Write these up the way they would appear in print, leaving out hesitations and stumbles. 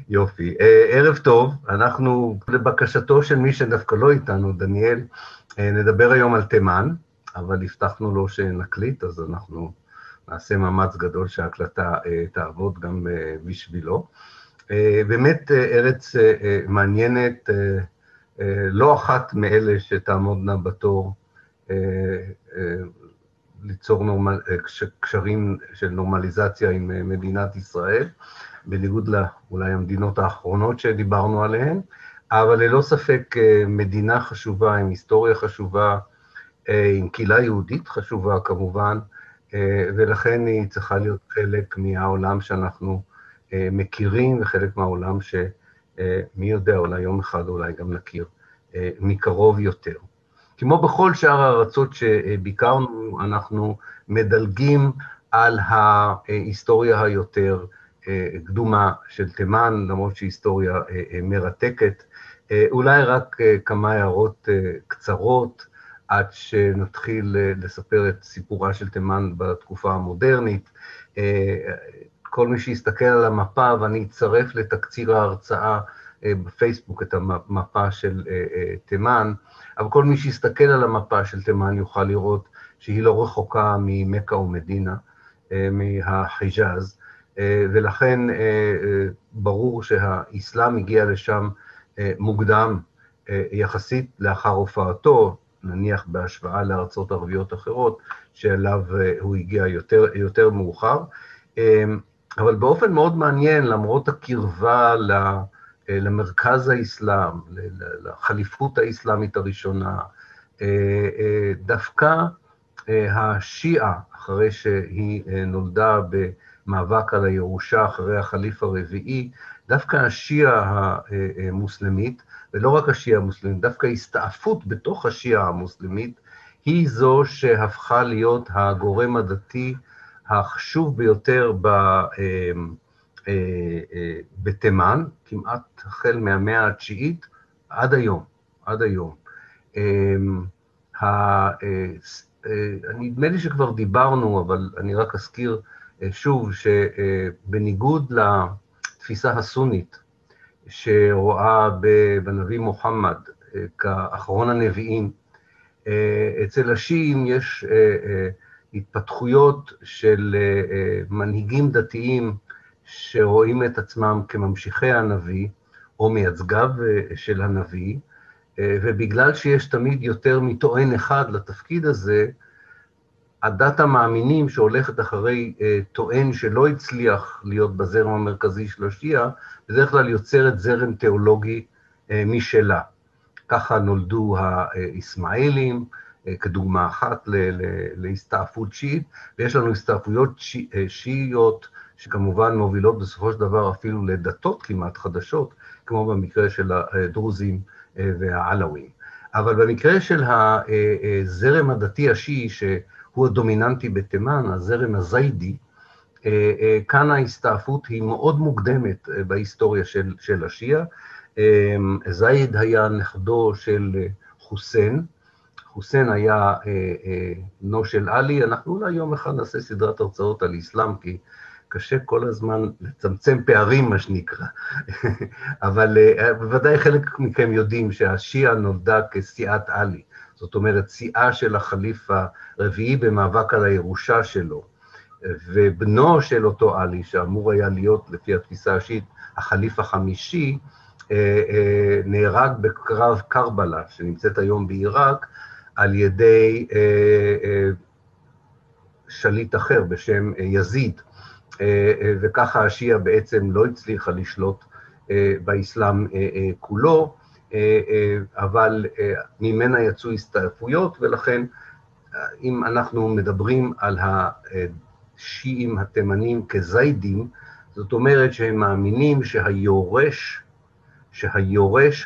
יופי. ערב טוב, אנחנו לבקשתו של מי שדווקא לא איתנו, דניאל, נדבר היום על תימן, אבל הבטחנו לו שנקליט, אז אנחנו נעשה מאמץ גדול שההקלטה תעבוד גם בשבילו. באמת ארץ מעניינת, לא אחת מאלה שתעמודנה בתור, ליצור קשרים של נורמליזציה עם מדינת ישראל, בניגוד לאולי המדינות האחרונות שדיברנו עליהן, אבל ללא ספק מדינה חשובה, עם היסטוריה חשובה, עם קהילה יהודית חשובה כמובן, ולכן היא צריכה להיות חלק מהעולם שאנחנו מכירים, וחלק מהעולם שמי יודע, אולי יום אחד אולי גם נכיר מקרוב יותר. כמו בכל שאר הארצות שביקרנו, אנחנו מדלגים על ההיסטוריה היותר קדומה של תימן, למרות שהיא היסטוריה מרתקת. אולי רק כמה הערות קצרות, עד שנתחיל לספר את סיפורה של תימן בתקופה המודרנית. כל מי שיסתכל על המפה, ואני אצרף לתקציר ההרצאה בפייסבוק את המפה של תימן, אבל כל מי שיסתכל על המפה של תימן יוכל לראות שהיא לא רחוקה ממכה ומדינה, מהחיג'אז, ולכן ברור שהאסלאם הגיע לשם מוקדם יחסית לאחר הופעתו, נניח בהשוואה לארצות ערביות אחרות, שאליו הוא הגיע יותר מאוחר, אבל באופן מאוד מעניין, למרות הקרבה למרכז האסלאם, לחליפות האסלאמית הראשונה, דווקא השיעה, אחרי שהיא נולדה במאבק על הירושה אחרי החליף הרביעי, דווקא השיעה המוסלמית, ולא רק השיעה המוסלמית, דווקא הסתעפות בתוך השיעה המוסלמית, היא זו שהפכה להיות הגורם הדתי החשוב ביותר בתימן, כמעט החל מהמאה התשיעית, עד היום. נדמה לי שכבר דיברנו, אבל אני רק אזכיר שוב, שבניגוד לתפיסה הסונית, שרואה בנביא מוחמד כאחרון הנביאים, אצל השיעים יש התפתחויות של מנהיגים דתיים שרואים את עצמם כממשיכי הנביא, או מייצגיו של הנביא, ובגלל שיש תמיד יותר מטוען אחד לתפקיד הזה, הדת המאמינים שהולכת אחרי טוען שלא הצליח להיות בזרם המרכזי של השיעה, בדרך כלל יוצרת זרם תיאולוגי משלה. ככה נולדו הישמעאלים, כדוגמה אחת להסתעפות שיעית, ויש לנו הסתעפויות שיעיות, שכמובן מובילות בסופו של דבר אפילו לדתות כמעט חדשות, כמו במקרה של הדרוזים והעלווים. אבל במקרה של הזרם הדתי השיעי, שהוא הדומיננטי בתימן, הזרם הזיידי, כאן ההסתעפות היא מאוד מוקדמת בהיסטוריה של השיעה. זייד היה נכדו של חוסיין, חוסיין היה בנו של עלי, אנחנו אולי יום אחד נעשה סדרת הרצאות על אסלאם, כי קשה כל הזמן לצמצם פערים, מה שנקרא. אבל בוודאי חלק מכם יודעים שהשיעה נולדה כסיעת עלי, זאת אומרת, סיעה של החליף הרביעי במאבק על הירושה שלו, ובנו של אותו עלי, שאמור היה להיות לפי התפיסה השיעית, החליף החמישי, נהרג בקרב קרבלה, שנמצאת היום בעיראק, על ידי שליט אחר בשם יזיד, וככה השיעה בעצם לא הצליחה לשלוט באסלאם כולו, אבל ממנה יצאו הסתעפויות, ולכן אם אנחנו מדברים על השיעים התימנים כזיידים, זאת אומרת שהם מאמינים שהיורש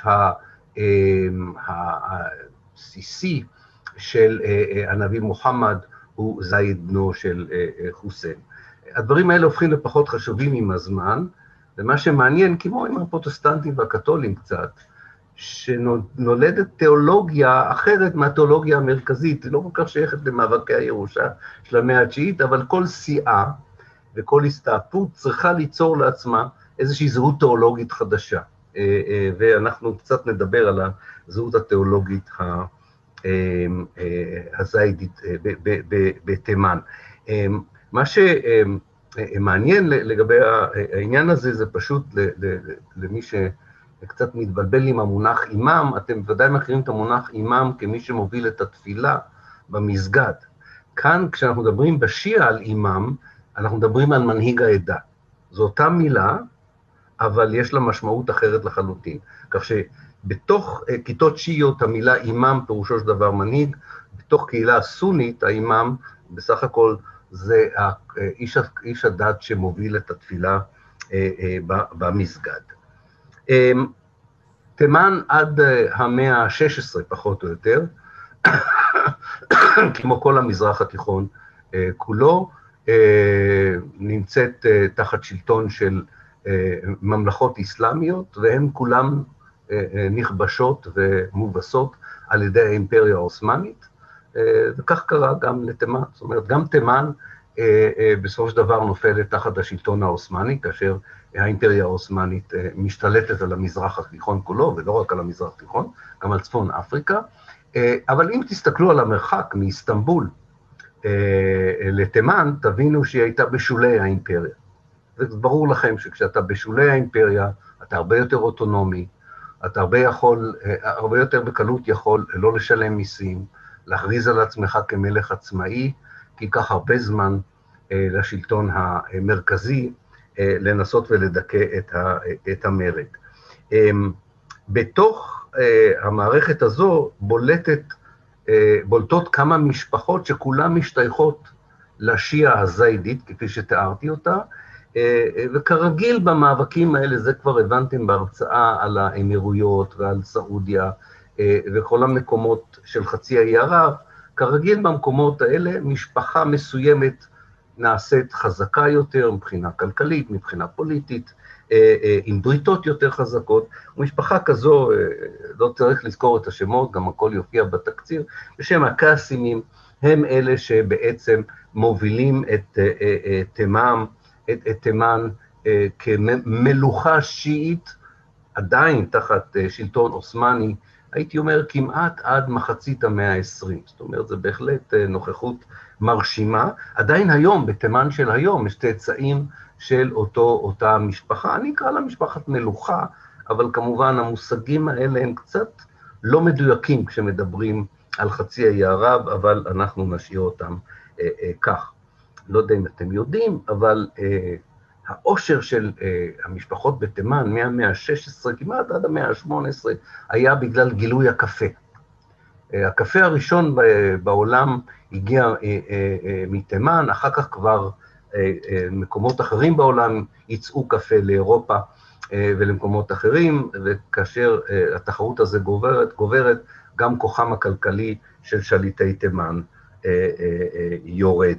הבסיסי של הנביא מוחמד הוא זייד בנו של חוסיין. הדברים האלה הופכים לפחות חשובים עם הזמן, ומה שמעניין, כמו עם הפרוטסטנטים והקתולים קצת, שנולדת תיאולוגיה אחרת מהתיאולוגיה המרכזית, היא לא כל כך שייכת למאבקי הירושה של המאה התשיעית, אבל כל סיעה וכל הסתעפות צריכה ליצור לעצמה איזושהי זהות תיאולוגית חדשה, ואנחנו קצת נדבר על הזהות התיאולוגית הזיידית בתימן. מה שמעניין לגבי העניין הזה, זה פשוט למי שקצת מתבלבל עם המונח אימאם, אתם ודאי מכירים את המונח אימאם כמי שמוביל את התפילה במסגד. כאן, כשאנחנו מדברים בשיעה על אימאם, אנחנו מדברים על מנהיג העדה. זו אותה מילה, אבל יש לה משמעות אחרת לחלוטין. כך שבתוך כיתות שיעיות המילה אימאם פירושו של דבר בתוך קהילה סונית, האימאם בסך הכל זה איש הדת שמוביל את התפילה במסגד. תימן עד המאה ה-16 פחות או יותר, כמו כל המזרח התיכון כולו, נמצאת תחת שלטון של ממלכות אסלאמיות, והן כולן נכבשות ומובסות על ידי האימפריה העות'מאנית, וכך קרה גם לתימן. זאת אומרת, גם תימן בסופו של דבר נופלת תחת השלטון העות'מאני, כאשר האימפריה העות'מאנית משתלטת על המזרח התיכון כולו, ולא רק על המזרח התיכון, גם על צפון אפריקה. אבל אם תסתכלו על המרחק מאיסטנבול לתימן, תבינו שהיא הייתה בשולי האימפריה. וברור לכם שכשאתה בשולי האימפריה, אתה הרבה יותר אוטונומי, אתה הרבה יותר בקלות יכול לא לשלם מיסים, להכריז על עצמך כמלך עצמאי, כי ייקח הרבה זמן לשלטון המרכזי לנסות ולדכא את המרד. בתוך המערכת הזו בולטות כמה משפחות שכולן משתייכות לשיעה הזיידית, כפי שתיארתי אותה, וכרגיל במאבקים האלה, זה כבר הבנתם בהרצאה על האמירויות ועל סעודיה וכל המקומות של חצי האי ערב, כרגיל במקומות האלה משפחה מסוימת נעשית חזקה יותר מבחינה כלכלית, מבחינה פוליטית, עם בריתות יותר חזקות, ומשפחה כזו, לא צריך לזכור את השמות, גם הכל יופיע בתקציר, בשם הקאסימים, הם אלה שבעצם מובילים את תימן כמלוכה שיעית, עדיין תחת שלטון עות'מאני, הייתי אומר כמעט עד מחצית המאה ה-20, זאת אומרת, זה בהחלט נוכחות מרשימה. עדיין היום, בתימן של היום, יש צאצאים של אותה משפחה, אני אקרא לה משפחת מלוכה, אבל כמובן המושגים האלה הם קצת לא מדויקים כשמדברים על חצי האי ערב, אבל אנחנו נשאיר אותם כך. לא יודע אם אתם יודעים, אבל העושר של המשפחות בתימן מהמאה ה-16 כמעט עד המאה ה-18 היה בגלל גילוי הקפה. הקפה הראשון בעולם הגיע מתימן, אחר כך כבר מקומות אחרים בעולם ייצאו קפה לאירופה ולמקומות אחרים, וכאשר התחרות הזו גוברת, גם כוחם הכלכלי של שליטי תימן יורד.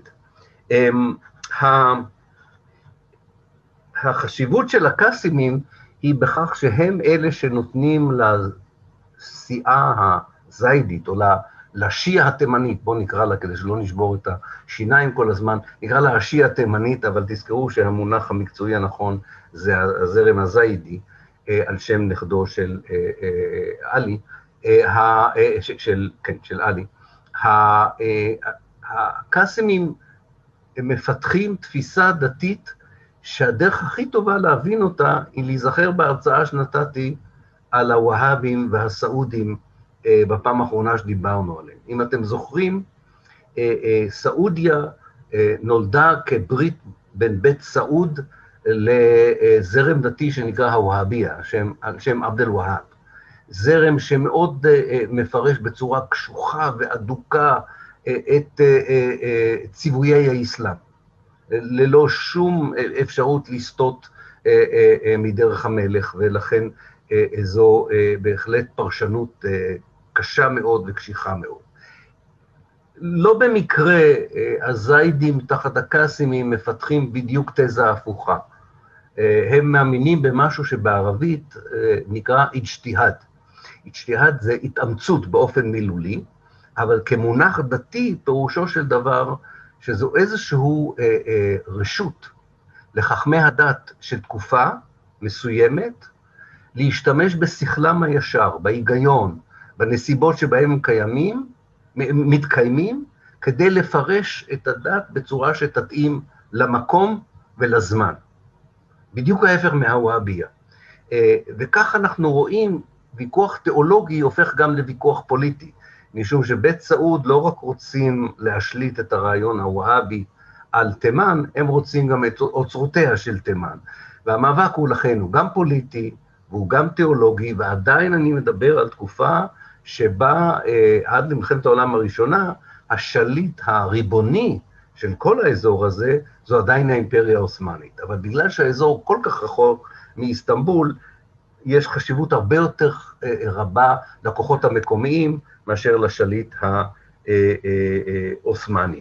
החשיבות של הקאסימים היא בכך שהם אלה שנותנים לסיעה הזיידית, או לשיעה התימנית, בואו נקרא לה כדי שלא נשבור את השיניים כל הזמן, נקרא לה השיעה התימנית, אבל תזכרו שהמונח המקצועי הנכון זה הזרם הזיידי, על שם נכדו של עלי, של עלי. הקאסימים מפתחים תפיסה דתית שהדרך הכי טובה להבין אותה היא להיזכר בהרצאה שנתתי על הווהאבים והסעודים בפעם האחרונה שדיברנו עליהם. אם אתם זוכרים, סעודיה נולדה כברית בין בית סעוד לזרם דתי שנקרא הווהאביה, על שם עבד אל-והאב. זרם שמאוד מפרש בצורה קשוחה ואדוקה את ציוויי האסלאם, ללא שום אפשרות לסטות מדרך המלך, ולכן זו בהחלט פרשנות קשה מאוד וקשיחה מאוד. לא במקרה הזיידים תחת הקאסימים מפתחים בדיוק תזה הפוכה. הם מאמינים במשהו שבערבית נקרא איג'תיהאד. איג'תיהאד זה התאמצות באופן מילולי, אבל כמונח דתי פירושו של דבר שזו איזשהו רשות לחכמי הדת של תקופה מסוימת, להשתמש בשכלם הישר, בהיגיון, בנסיבות שבהם הם מתקיימים, כדי לפרש את הדת בצורה שתתאים למקום ולזמן. בדיוק ההפך מהווהביה. וכך אנחנו רואים, ויכוח תיאולוגי הופך גם לוויכוח פוליטי, משום שבית סעוד לא רק רוצים להשליט את הרעיון הווהבי על תימן, הם רוצים גם את אוצרותיה של תימן. והמאבק הוא לכן, הוא גם פוליטי, והוא גם תיאולוגי, ועדיין אני מדבר על תקופה שבה עד למלחמת העולם הראשונה, השליט הריבוני של כל האזור הזה, זו עדיין האימפריה העות'מאנית. אבל בגלל שהאזור כל כך רחוק מאיסטנבול, יש חשיבות הרבה יותר רבה לכוחות המקומיים, מאשר לשליט העות'מאנים.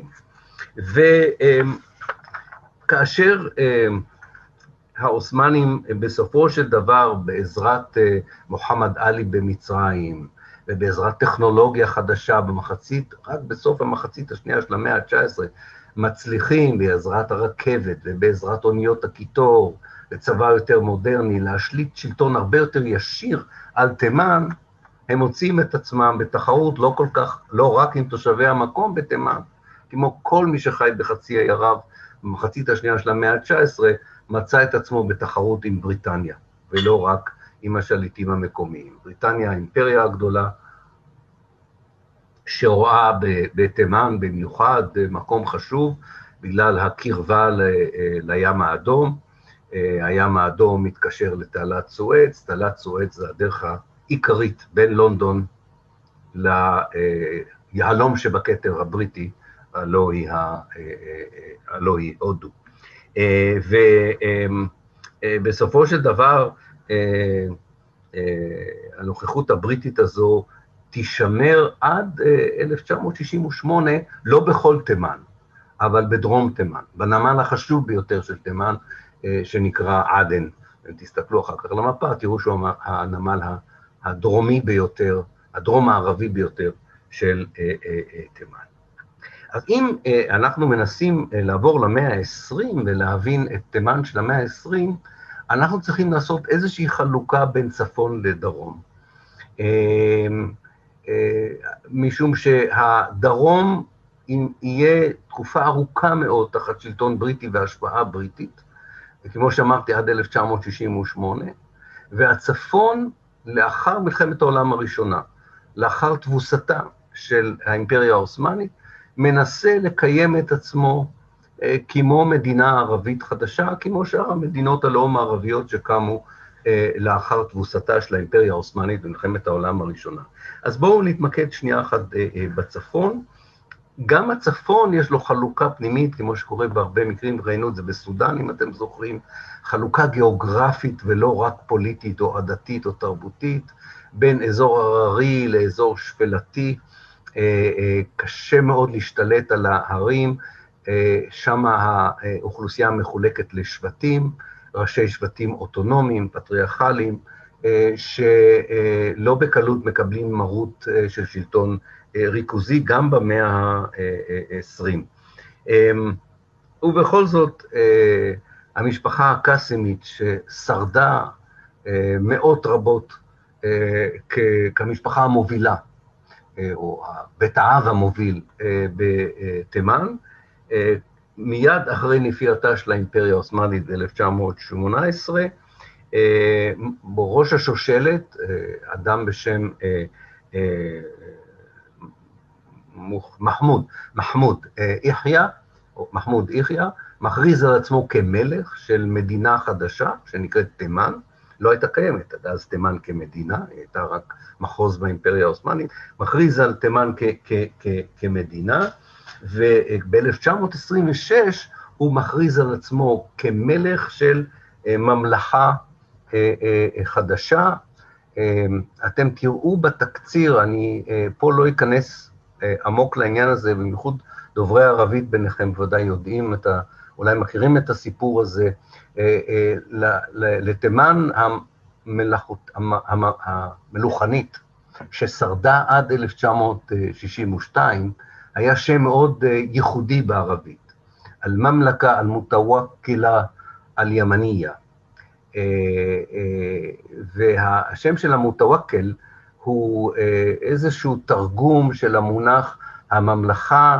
וכאשר העות'מאנים בסופו של דבר, בעזרת מוחמד עלי במצרים, ובעזרת טכנולוגיה חדשה רק בסוף המחצית השנייה של המאה ה-19, מצליחים בעזרת הרכבת ובעזרת אוניות הקיטור, וצבא יותר מודרני, להשליט שלטון הרבה יותר ישיר על תימן, הם מוצאים את עצמם בתחרות לא רק עם תושבי המקום בתימן, כמו כל מי שחי בחצי האי ערב, במחצית השנייה של המאה ה-19, מצא את עצמו בתחרות עם בריטניה, ולא רק עם השליטים המקומיים. בריטניה, האימפריה הגדולה, שרואה בתימן במיוחד מקום חשוב, בגלל הקרבה לים האדום. הים האדום מתקשר לתעלת סואץ, תעלת סואץ זה הדרך העיקרית בין לונדון ליהלום שבכתר הבריטי, הלא היא הודו. ובסופו של דבר, הנוכחות הבריטית הזו תישמר עד 1968, לא בכל תימן, אבל בדרום תימן, בנמל החשוב ביותר של תימן, שנקרא עדן. אם תסתכלו אחר כך למפה, תראו שהוא הנמל הדרומי ביותר, הדרום הערבי ביותר של תימן. אז אם אנחנו מנסים לעבור למאה ה-20 ולהבין את תימן של המאה ה-20, אנחנו צריכים לעשות איזושהי חלוקה בין צפון לדרום. משום שהדרום יהיה תקופה ארוכה מאוד תחת שלטון בריטי והשפעה בריטית, כמו שאמרתי עד 1968, והצפון לאחר מלחמת העולם הראשונה, לאחר תבוסתה של האימפריה העות'מאנית, מנסה לקיים את עצמו כמו מדינה ערבית חדשה, כמו שאר המדינות הלאום הערביות שקמו לאחר תבוסתה של האימפריה העות'מאנית במלחמת העולם הראשונה. אז בואו נתמקד שנייה אחת בצפון. גם הצפון יש לו חלוקה פנימית, כמו שקורה בהרבה מקרים, ראינו את זה בסודן, אם אתם זוכרים, חלוקה גיאוגרפית ולא רק פוליטית או עדתית או תרבותית, בין אזור הררי לאזור שפלתי, קשה מאוד להשתלט על ההרים, שם האוכלוסייה מחולקת לשבטים, ראשי שבטים אוטונומיים, פטריארכליים, שלא בקלות מקבלים מרות של שלטון ריכוזי גם במאה ה-20. ובכל זאת, המשפחה הקאסימית ששרדה מאות רבות כמשפחה המובילה, או בית האב המוביל בתימן, מיד אחרי נפילתה של האימפריה העות'מאנית ב-1918, בו ראש השושלת, אדם בשם מחמוד יחיא, מכריז על עצמו כמלך של מדינה חדשה, שנקראת תימן, לא הייתה קיימת, עד אז תימן כמדינה, היא הייתה רק מחוז באימפריה העות'מאנית, מכריז על תימן כמדינה, וב-1926 הוא מכריז על עצמו כמלך של ממלכה חדשה. אתם תראו בתקציר, אני פה לא אכנס עמוק לעניין הזה, במיוחד דוברי ערבית ביניכם ודאי יודעים, אולי מכירים את הסיפור הזה, לתימן המלוכנית, ששרדה עד 1962, היה שם מאוד ייחודי בערבית, אל-ממלכה אל-מותווקלה אל-ימניה. והשם של המותווקל הוא איזשהו תרגום של המונח הממלכה,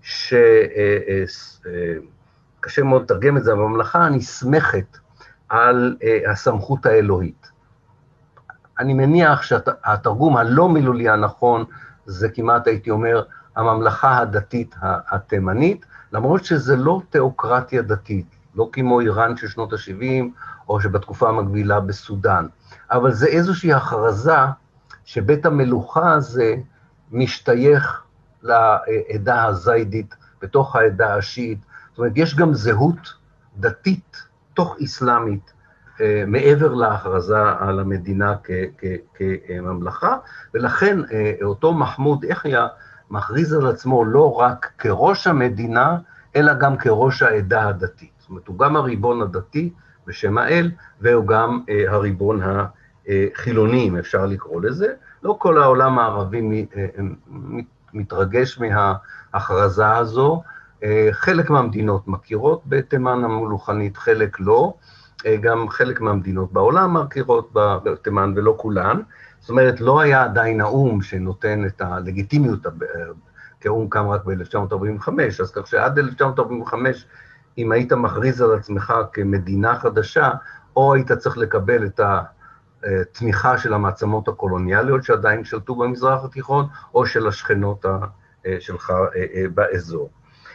קשה מאוד לתרגם את זה, הממלכה הנסמכת על הסמכות האלוהית. אני מניח שהתרגום הלא מילולי הנכון, זה כמעט הייתי אומר, הממלכה הדתית התימנית, למרות שזה לא תיאוקרטיה דתית, לא כמו איראן של שנות ה-70, או שבתקופה המקבילה בסודן, אבל זה איזושהי הכרזה שבית המלוכה הזה משתייך לעדה הזיידית, בתוך העדה השיעית, זאת אומרת, יש גם זהות דתית, תוך אסלאמית, מעבר להכרזה על המדינה כממלכה, ולכן אותו מחמוד יחיא מכריז על עצמו לא רק כראש המדינה, אלא גם כראש העדה הדתית. זאת אומרת, הוא גם הריבון הדתי בשם האל, והוא גם הריבון החילוני, אם אפשר לקרוא לזה. לא כל העולם הערבי מתרגש מההכרזה הזו, חלק מהמדינות מכירות בתימן המלוכנית, חלק לא, גם חלק מהמדינות בעולם מכירות בתימן ולא כולן, זאת אומרת, לא היה עדיין האום שנותן את הלגיטימיות, כי האום קם רק ב-1945, אז כך שעד 1945, אם היית מכריז על עצמך כמדינה חדשה, או היית צריך לקבל את התמיכה של המעצמות הקולוניאליות שעדיין שלטו במזרח התיכון, או של השכנות שלך באזור.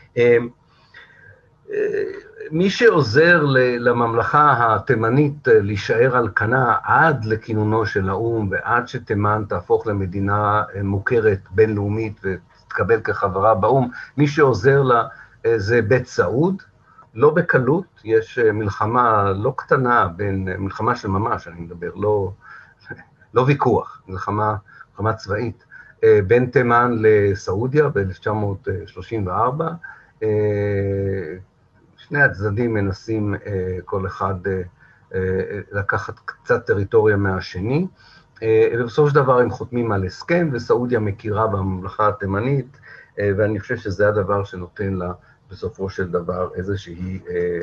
מי שעוזר לממלכה התימנית להישאר על כנה עד לכינונו של האום, ועד שתימן תהפוך למדינה מוכרת בינלאומית ותתקבל כחברה באום, מי שעוזר לה זה בית סעוד, לא בקלות, יש מלחמה לא קטנה, מלחמה של ממש, אני מדבר, לא ויכוח, מלחמה צבאית, בין תימן לסעודיה ב-1934, שני הצדדים מנסים כל אחד לקחת קצת טריטוריה מהשני, ובסופו של דבר הם חותמים על הסכם, וסעודיה מכירה בממלכה התימנית, ואני חושב שזה הדבר שנותן לה בסופו של דבר איזושהי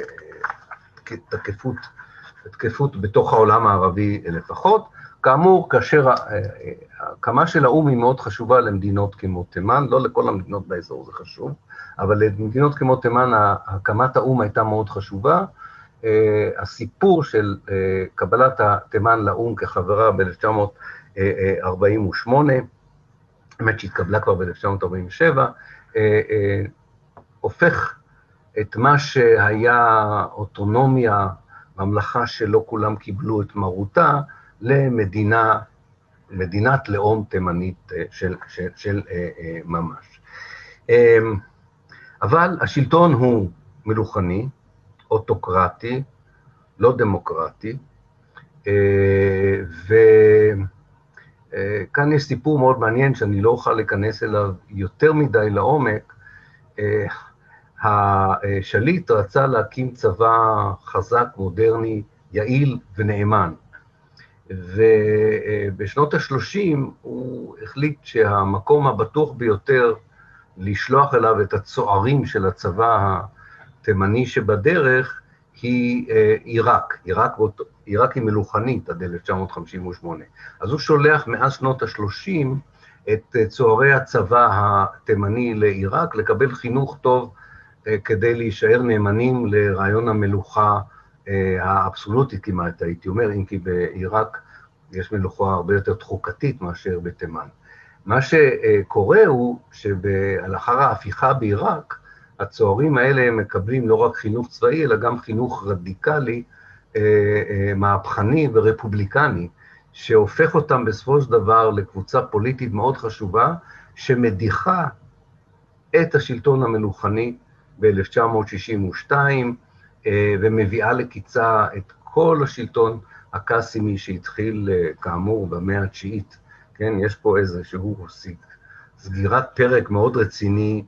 תקפות בתוך העולם הערבי לפחות. כאמור, כאשר הקמה של האום היא מאוד חשובה למדינות כמו תימן, לא לכל המדינות באזור זה חשוב, אבל למדינות כמו תימן, הקמת האום הייתה מאוד חשובה. הסיפור של קבלת תימן לאום כחברה ב-1948, באמת שהתקבלה כבר ב-1947, הופך את מה שהיה אוטונומיה, ממלכה שלא כולם קיבלו את מרותה, למדינת לאום תימנית של ממש. אבל השלטון הוא מלוכני, אוטוקרטי, לא דמוקרטי, וכאן יש סיפור מאוד מעניין שאני לא אוכל להיכנס אליו יותר מדי לעומק. השליט רצה להקים צבא חזק, מודרני, יעיל ונאמן. ובשנות ה-30 הוא החליט שהמקום הבטוח ביותר לשלוח אליו את הצוערים של הצבא התימני שבדרך היא עיראק. עיראק היא מלוכנית עד 1958. אז הוא שולח מאז שנות ה-30 את צוערי הצבא התימני לעיראק לקבל חינוך טוב כדי להישאר נאמנים לרעיון המלוכה האבסולוטית כמעט, הייתי אומר, אם כי בעיראק יש מלוכה הרבה יותר תחוקתית מאשר בתימן. מה שקורה הוא שלאחר ההפיכה בעיראק, הצוערים האלה מקבלים לא רק חינוך צבאי, אלא גם חינוך רדיקלי, מהפכני ורפובליקני, שהופך אותם בסופו של דבר לקבוצה פוליטית מאוד חשובה, שמדיחה את השלטון המלוכני ב-1962, ומביאה לקיצה את כל השלטון הקאסימי שהתחיל כאמור במאה התשיעית. כן, יש פה איזשהו סגירת פרק מאוד רציני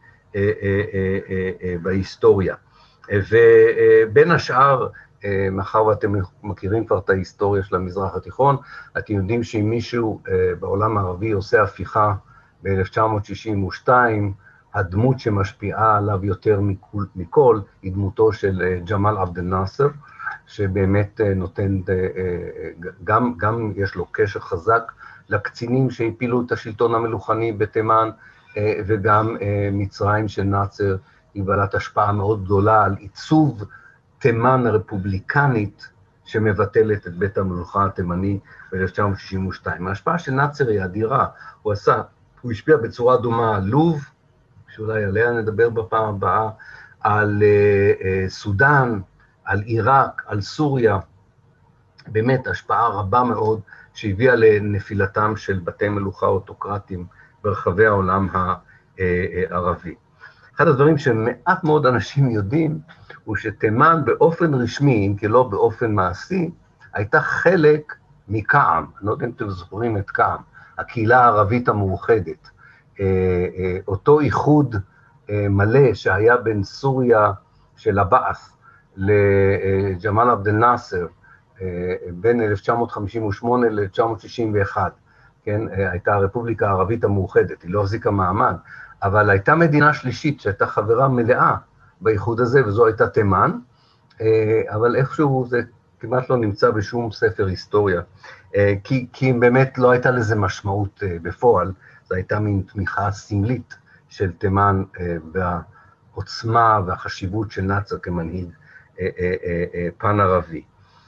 בהיסטוריה. ובין השאר, מאחר ואתם מכירים כבר את ההיסטוריה של המזרח התיכון, אתם יודעים שאם מישהו בעולם הערבי עושה הפיכה ב-1962, הדמות שמשפיעה עליו יותר מכל היא דמותו של ג'מאל עבד אל-נאצר, שבאמת נותן, גם יש לו קשר חזק לקצינים שהפילו את השלטון המלוכני בתימן, וגם מצרים של נאצר היא בעלת השפעה מאוד גדולה על עיצוב תימן הרפובליקנית, שמבטלת את בית המלוכה התימני ב-1962. ההשפעה של נאצר היא אדירה, הוא השפיע בצורה דומה על לוב, שאולי עליה נדבר בפעם הבאה, על סודן, על עיראק, על סוריה, באמת השפעה רבה מאוד שהביאה לנפילתם של בתי מלוכה אוטוקרטיים ברחבי העולם הערבי. אחד הדברים שמעט מאוד אנשים יודעים, הוא שתימן באופן רשמי, אם כי לא באופן מעשי, הייתה חלק מקעם. אני לא יודע אם אתם זוכרים את קעם, הקהילה הערבית המאוחדת. אותו איחוד מלא שהיה בין סוריה של הבאס לג'מאל עבד אל-נאצר, בין 1958 ל-1961, כן? הייתה הרפובליקה הערבית המאוחדת, היא לא החזיקה מעמד, אבל הייתה מדינה שלישית שהייתה חברה מלאה באיחוד הזה, וזו הייתה תימן, אבל איכשהו זה כמעט לא נמצא בשום ספר היסטוריה, כי באמת לא הייתה לזה משמעות בפועל, זו הייתה מין תמיכה סמלית של תימן והעוצמה והחשיבות של נאצר כמנהיג פן ערבי.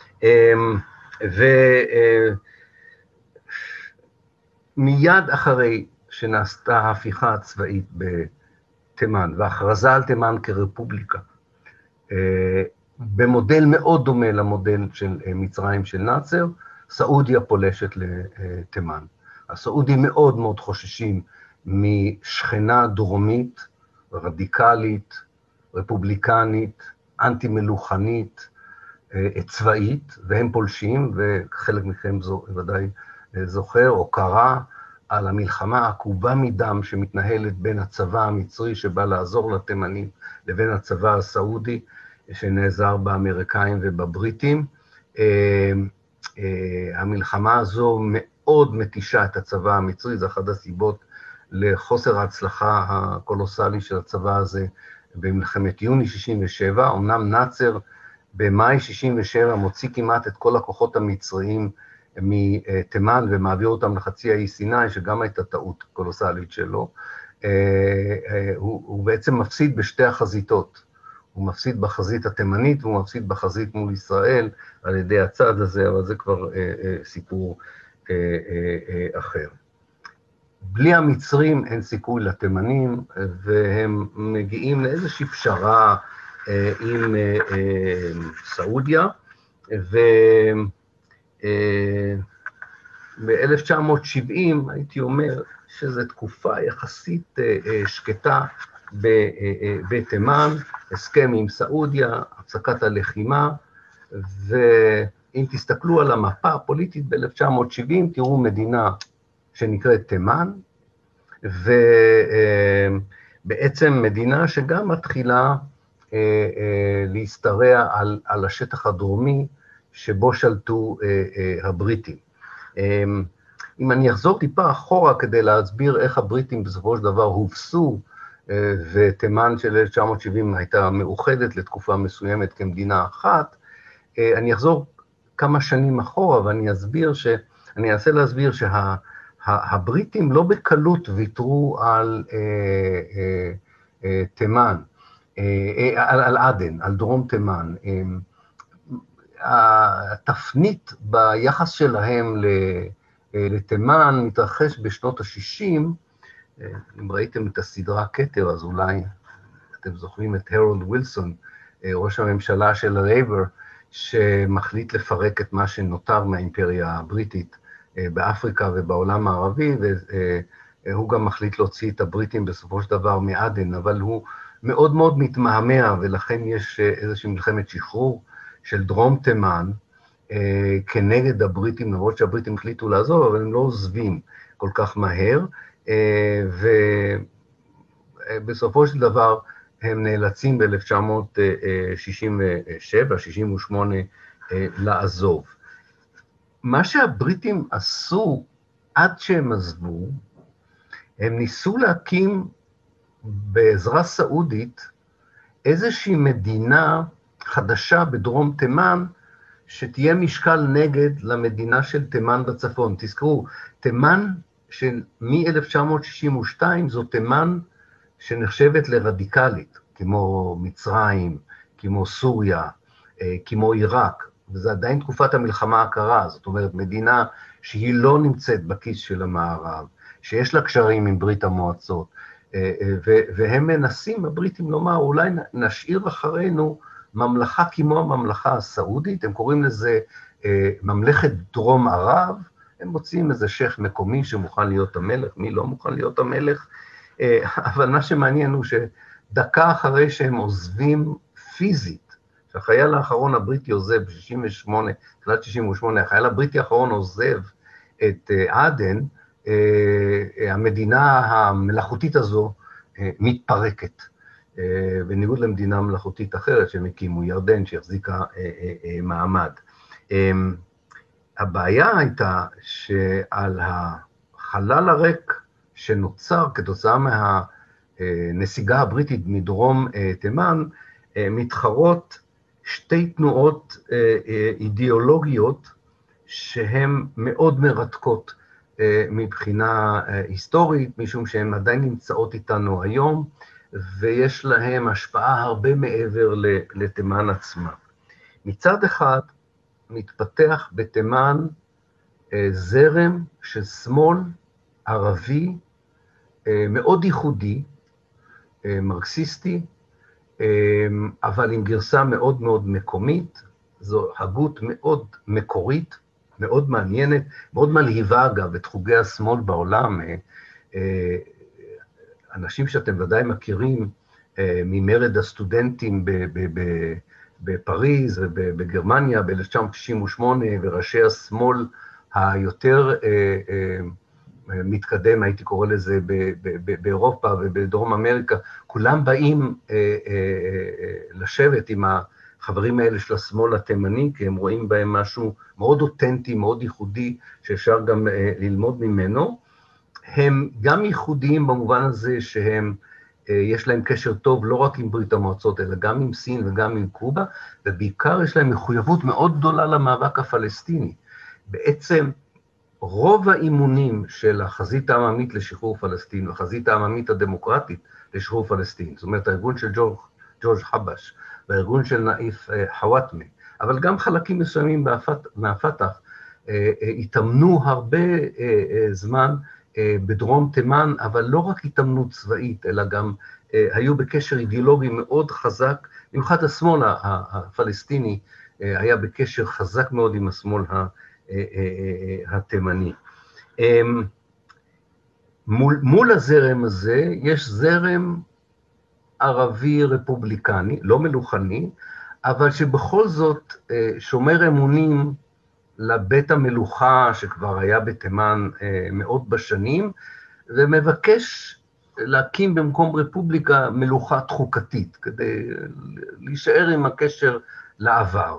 ומיד אחרי שנעשתה ההפיכה הצבאית בתימן, והכרזה על תימן כרפובליקה, במודל מאוד דומה למודל של מצרים של נאצר, סעודיה פולשת לתימן. הסעודים מאוד מאוד חוששים משכנה דרומית, רדיקלית, רפובליקנית, אנטי-מלוכנית, צבאית, והם פולשים, וחלק מכם ודאי זוכר או קרא על המלחמה העקובה מדם שמתנהלת בין הצבא המצרי שבא לעזור לתימנים, לבין הצבא הסעודי שנעזר באמריקאים ובבריטים. המלחמה הזו מאוד מתישה את הצבא המצרי, זה אחת הסיבות לחוסר ההצלחה הקולוסלי של הצבא הזה במלחמת יוני 67, אמנם נאצר במאי 67 מוציא כמעט את כל הכוחות המצריים מתימן ומעביר אותם לחצי האי סיני, שגם הייתה טעות קולוסלית שלו. הוא בעצם מפסיד בשתי החזיתות. הוא מפסיד בחזית התימנית והוא מפסיד בחזית מול ישראל על ידי הצד הזה, אבל זה כבר סיפור אחר. בלי המצרים אין סיכוי לתימנים, והם מגיעים לאיזושהי פשרה עם סעודיה, ב-1970 הייתי אומר שזו תקופה יחסית שקטה בתימן, הסכם עם סעודיה, הפסקת הלחימה, ואם תסתכלו על המפה הפוליטית ב-1970, תראו מדינה שנקראת תימן, ובעצם מדינה שגם מתחילה להשתרע על השטח הדרומי שבו שלטו הבריטים. אם אני אחזור טיפה אחורה כדי להסביר איך הבריטים בסופו של דבר הובסו, ותימן של 1970 הייתה מאוחדת לתקופה מסוימת כמדינה אחת, אני אחזור כמה שנים אחורה ואני אנסה להסביר שהבריטים לא בקלות ויתרו על תימן, על עדן, על דרום תימן. התפנית ביחס שלהם לתימן מתרחש בשנות ה-60, אם ראיתם את הסדרה כתר, אז אולי אתם זוכרים את הרולד ווילסון, ראש הממשלה של הלייבר, שמחליט לפרק את מה שנותר מהאימפריה הבריטית באפריקה ובעולם הערבי, והוא גם מחליט להוציא את הבריטים בסופו של דבר מעדן, אבל הוא מאוד מאוד מתמהמה, ולכן יש איזושהי מלחמת שחרור של דרום תימן כנגד הבריטים, למרות שהבריטים החליטו לעזוב, אבל הם לא עוזבים כל כך מהר, ובסופו של דבר הם נאלצים ב-1967-68 לעזוב. מה שהבריטים עשו עד שהם עזבו, הם ניסו להקים בעזרה סעודית איזושהי מדינה חדשה בדרום תימן, שתהיה משקל נגד למדינה של תימן בצפון. תזכרו, תימן מ-1962 זו תימן שנחשבת לרדיקלית, כמו מצרים, כמו סוריה, כמו עיראק, וזה עדיין תקופת המלחמה הקרה, זאת אומרת, מדינה שהיא לא נמצאת בכיס של המערב, שיש לה קשרים עם ברית המועצות, והם מנסים, הבריטים, לומר, אולי נשאיר אחרינו ממלכה כמו הממלכה הסעודית, הם קוראים לזה ממלכת דרום ערב, הם מוצאים איזה שייך מקומי שמוכן להיות המלך, מי לא מוכן להיות המלך, אבל מה שמעניין הוא שדקה אחרי שהם עוזבים פיזית, שהחייל האחרון הבריטי עוזב ב-68, תחילת 68, החייל הבריטי האחרון עוזב את עדן, המדינה המלאכותית הזו מתפרקת, בניגוד למדינה מלאכותית אחרת שהם הקימו, ירדן, שהחזיקה מעמד. הבעיה הייתה שעל החלל הריק שנוצר כתוצאה מהנסיגה הבריטית מדרום תימן, מתחרות שתי תנועות אידיאולוגיות שהן מאוד מרתקות מבחינה היסטורית, משום שהן עדיין נמצאות איתנו היום, ויש להן השפעה הרבה מעבר לתימן עצמה. מצד אחד, מתפתח בתימן זרם של שמאל ערבי מאוד ייחודי, מרקסיסטי, אבל עם גרסה מאוד מאוד מקומית, זו הגות מאוד מקורית, מאוד מעניינת, מאוד מלהיבה אגב את חוגי השמאל בעולם, אנשים שאתם ודאי מכירים ממרד הסטודנטים בפריז ובגרמניה ב-1998, וראשי השמאל היותר מתקדם, הייתי קורא לזה, באירופה ובדרום אמריקה, כולם באים לשבת עם החברים האלה של השמאל התימני, כי הם רואים בהם משהו מאוד אותנטי, מאוד ייחודי, שאפשר גם ללמוד ממנו. הם גם ייחודיים במובן הזה שהם, יש להם קשר טוב לא רק עם ברית המועצות, אלא גם עם סין וגם עם קובה, ובעיקר יש להם מחויבות מאוד גדולה למאבק הפלסטיני. בעצם רוב האימונים של החזית העממית לשחרור פלסטין, החזית העממית הדמוקרטית לשחרור פלסטין, זאת אומרת, הארגון של ג'ורג' חבש, והארגון של נאיף חוואטמה, אבל גם חלקים מסוימים מהפתח, התאמנו הרבה זמן בדרום תימן, אבל לא רק התאמנות צבאית, אלא גם היו בקשר אידיאולוגי מאוד חזק, במיוחד השמאל הפלסטיני היה בקשר חזק מאוד עם השמאל התימני. מול הזרם הזה יש זרם ערבי רפובליקני, לא מלוכני, אבל שבכל זאת שומר אמונים לבית המלוכה שכבר היה בתימן מאות בשנים, ומבקש להקים במקום רפובליקה מלוכת חוקתית, כדי להישאר עם הקשר לעבר.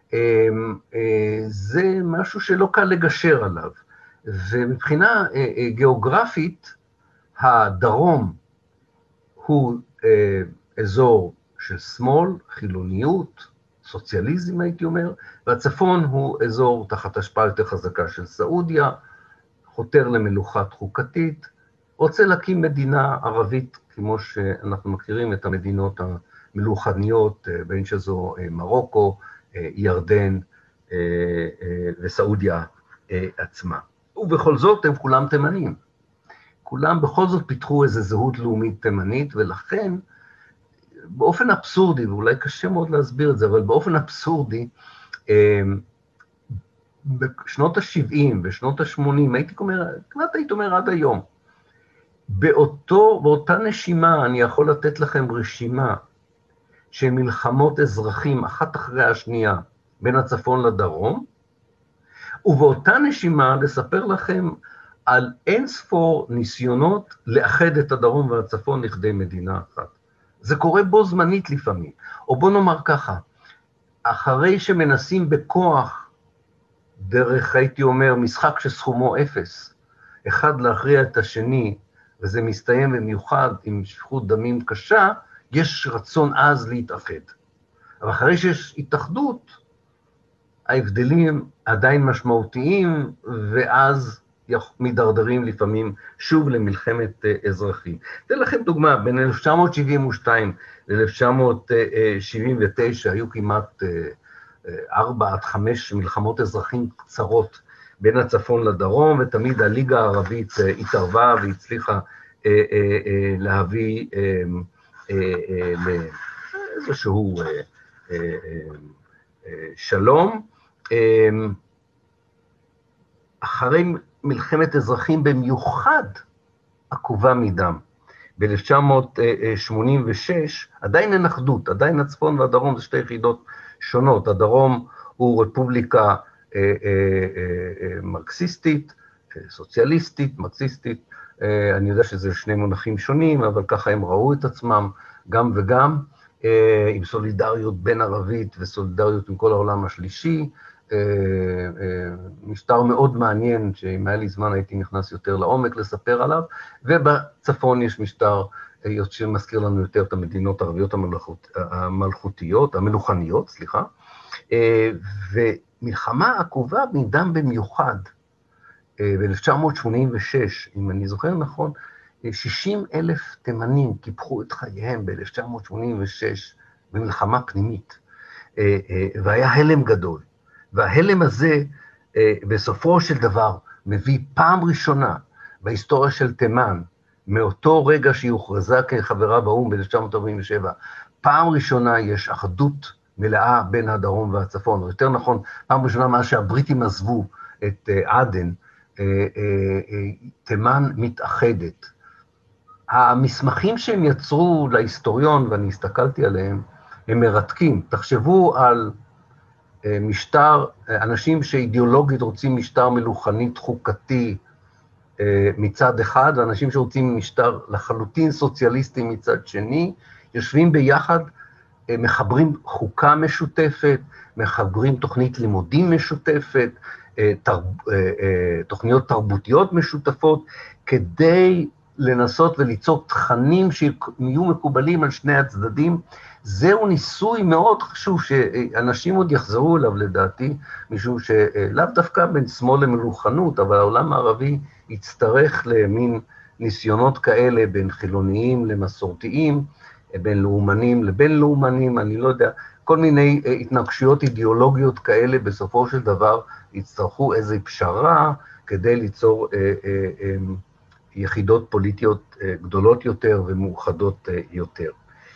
זה משהו שלא קל לגשר עליו, ומבחינה גיאוגרפית, הדרום הוא אזור של שמאל, חילוניות, סוציאליזם הייתי אומר, והצפון הוא אזור תחת השפעה יותר חזקה של סעודיה, חותר למלוכת חוקתית, רוצה להקים מדינה ערבית, כמו שאנחנו מכירים את המדינות המלוכניות, בין שזו מרוקו, ירדן וסעודיה עצמה. ובכל זאת הם כולם תימנים. כולם בכל זאת פיתחו איזו זהות לאומית תימנית, ולכן באופן אבסורדי, ואולי קשה מאוד להסביר את זה, אבל באופן אבסורדי, בשנות ה-70 ושנות ה-80, הייתי אומר עד היום, באותה נשימה אני יכול לתת לכם רשימה של מלחמות אזרחים אחת אחרי השנייה בין הצפון לדרום, ובאותה נשימה לספר לכם על אין ספור ניסיונות לאחד את הדרום והצפון לכדי מדינה אחת. זה קורה בו זמנית לפעמים, או בוא נאמר ככה, אחרי שמנסים בכוח, דרך הייתי אומר משחק שסכומו אפס, אחד להכריע את השני, וזה מסתיים במיוחד עם שפיכות דמים קשה, יש רצון אז להתאחד. אבל אחרי שיש התאחדות, ההבדלים עדיין משמעותיים, ואז מדרדרים לפעמים שוב למלחמת אזרחים. אתן לכם דוגמה, בין 1972 ל-1979 היו כמעט 4 עד 5 מלחמות אזרחים קצרות בין הצפון לדרום, ותמיד הליגה הערבית התערבה והצליחה להביא לאיזשהו שלום. אחרי מלחמת אזרחים במיוחד עקובה מדם, ב-1986 עדיין אין אחדות, עדיין הצפון והדרום זה שתי יחידות שונות. הדרום הוא רפובליקה מרקסיסטית, סוציאליסטית, מרקסיסטית, אני יודע שזה שני מונחים שונים, אבל ככה הם ראו את עצמם גם וגם, עם סולידריות בין ערבית וסולידריות עם כל העולם השלישי, משטר מאוד מעניין, שאם היה לי זמן הייתי נכנס יותר לעומק לספר עליו, ובצפון יש משטר שמזכיר לנו יותר את המדינות הערביות המלוכניות, ומלחמה עקובה מדם במיוחד, ב-1986, אם אני זוכר נכון, 60,000 תימנים קיפחו את חייהם ב-1986 במלחמה פנימית, והיה הלם גדול. וההלם הזה, בסופו של דבר, מביא פעם ראשונה בהיסטוריה של תימן, מאותו רגע שהיא הוכרזה כחברה באו"ם ב-1947, פעם ראשונה יש אחדות מלאה בין הדרום והצפון, או יותר נכון, פעם ראשונה מאז שהבריטים עזבו את עדן, תימן מתאחדת. המסמכים שהם יצרו להיסטוריון, ואני הסתכלתי עליהם, הם מרתקים. תחשבו על משטר, אנשים שאידיאולוגית רוצים משטר מלוכנית חוקתי מצד אחד, ואנשים שרוצים משטר לחלוטין סוציאליסטי מצד שני, יושבים ביחד, מחברים חוקה משותפת, מחברים תוכנית לימודים משותפת, תוכניות תרבותיות משותפות, כדי לנסות וליצור תכנים שיהיו מקובלים על שני הצדדים. זהו ניסוי מאוד חשוב שאנשים עוד יחזרו אליו לדעתי, משום שלאו דווקא בין שמאל למלוכנות, אבל העולם הערבי יצטרך למין ניסיונות כאלה בין חילוניים למסורתיים, בין לאומנים לבין לאומנים, אני לא יודע, כל מיני התנגשויות אידיאולוגיות כאלה בסופו של דבר יצטרכו איזו פשרה כדי ליצור יחידות פוליטיות גדולות יותר ומאוחדות יותר.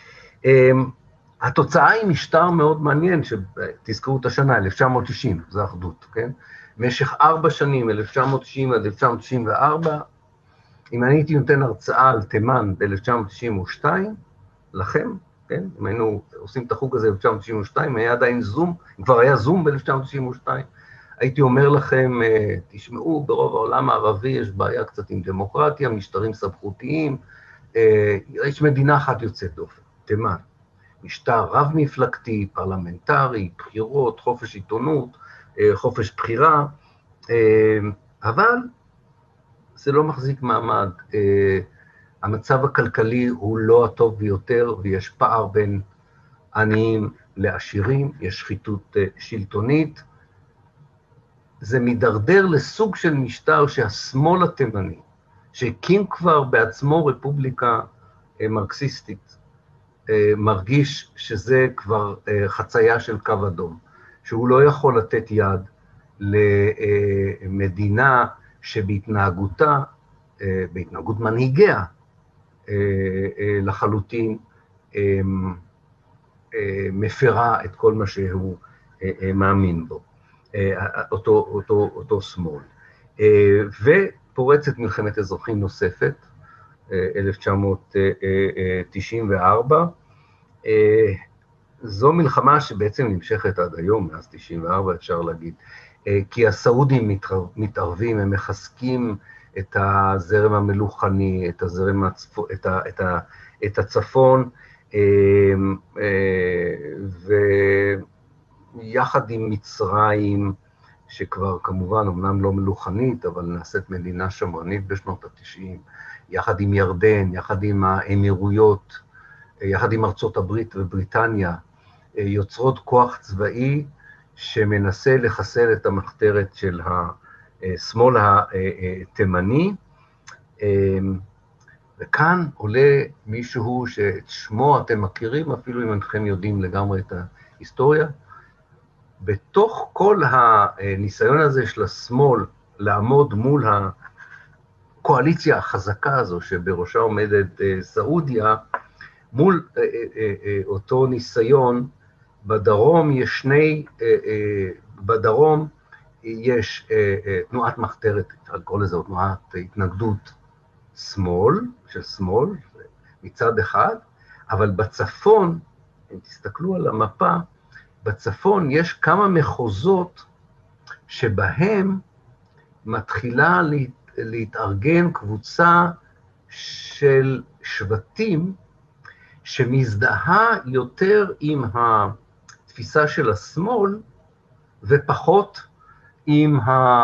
התוצאה היא משטר מאוד מעניין, שתזכרו את השנה, 1990, זה אחדות, כן? במשך 4 שנים, 1990 עד 1994, אם אני הייתי נותן הרצאה על תימן ב-1992, לכם, כן? אם היינו עושים את החוג הזה ב-1992, היה עדיין זום, כבר היה זום ב-1992, הייתי אומר לכם, תשמעו, ברוב העולם הערבי יש בעיה קצת עם דמוקרטיה, משטרים סמכותיים, יש מדינה אחת יוצאת דופן, תימן. משטר רב-מפלגתי, פרלמנטרי, בחירות, חופש עיתונות, חופש בחירה, אבל זה לא מחזיק מעמד. המצב הכלכלי הוא לא הטוב ביותר, ויש פער בין עניים לעשירים, יש שחיתות שלטונית. זה מדרדר לסוג של משטר שהשמאל התימני, שהקים כבר בעצמו רפובליקה מרקסיסטית, מרגיש שזה כבר חצייה של קו אדום, שהוא לא יכול לתת יד למדינה שבהתנהגותה, בהתנהגות מנהיגיה, לחלוטין מפרה את כל מה שהוא מאמין בו, אותו שמאל. ופורצת מלחמת אזרחים נוספת, 1994, זו מלחמה שבעצם נמשכת עד היום, מאז 94 אפשר להגיד, כי הסעודים מתערבים, הם מחזקים את הזרם המלוכני, את הזרם את הצפון, ויחד עם מצרים, שכבר כמובן אמנם לא מלוכנית, אבל נעשית מדינה שמרנית בשנות ה-90, יחד עם ירדן, יחד עם האמירויות, יחד עם ארצות הברית ובריטניה, יוצרות כוח צבאי שמנסה לחסל את המחתרת של השמאל התימני, וכאן עולה מישהו שאת שמו אתם מכירים, אפילו אם אינכם יודעים לגמרי את ההיסטוריה. בתוך כל הניסיון הזה של השמאל לעמוד מול הקואליציה החזקה הזו, שבראשה עומדת סעודיה, מול אותו ניסיון, בדרום יש תנועת מחתרת, אפשר לקרוא לזה תנועת התנגדות שמאל, של שמאל, מצד אחד, אבל בצפון, אם תסתכלו על המפה, בצפון יש כמה מחוזות שבהם מתחילה להתארגן קבוצה של שבטים שמזדהה יותר עם התפיסה של השמאל ופחות עם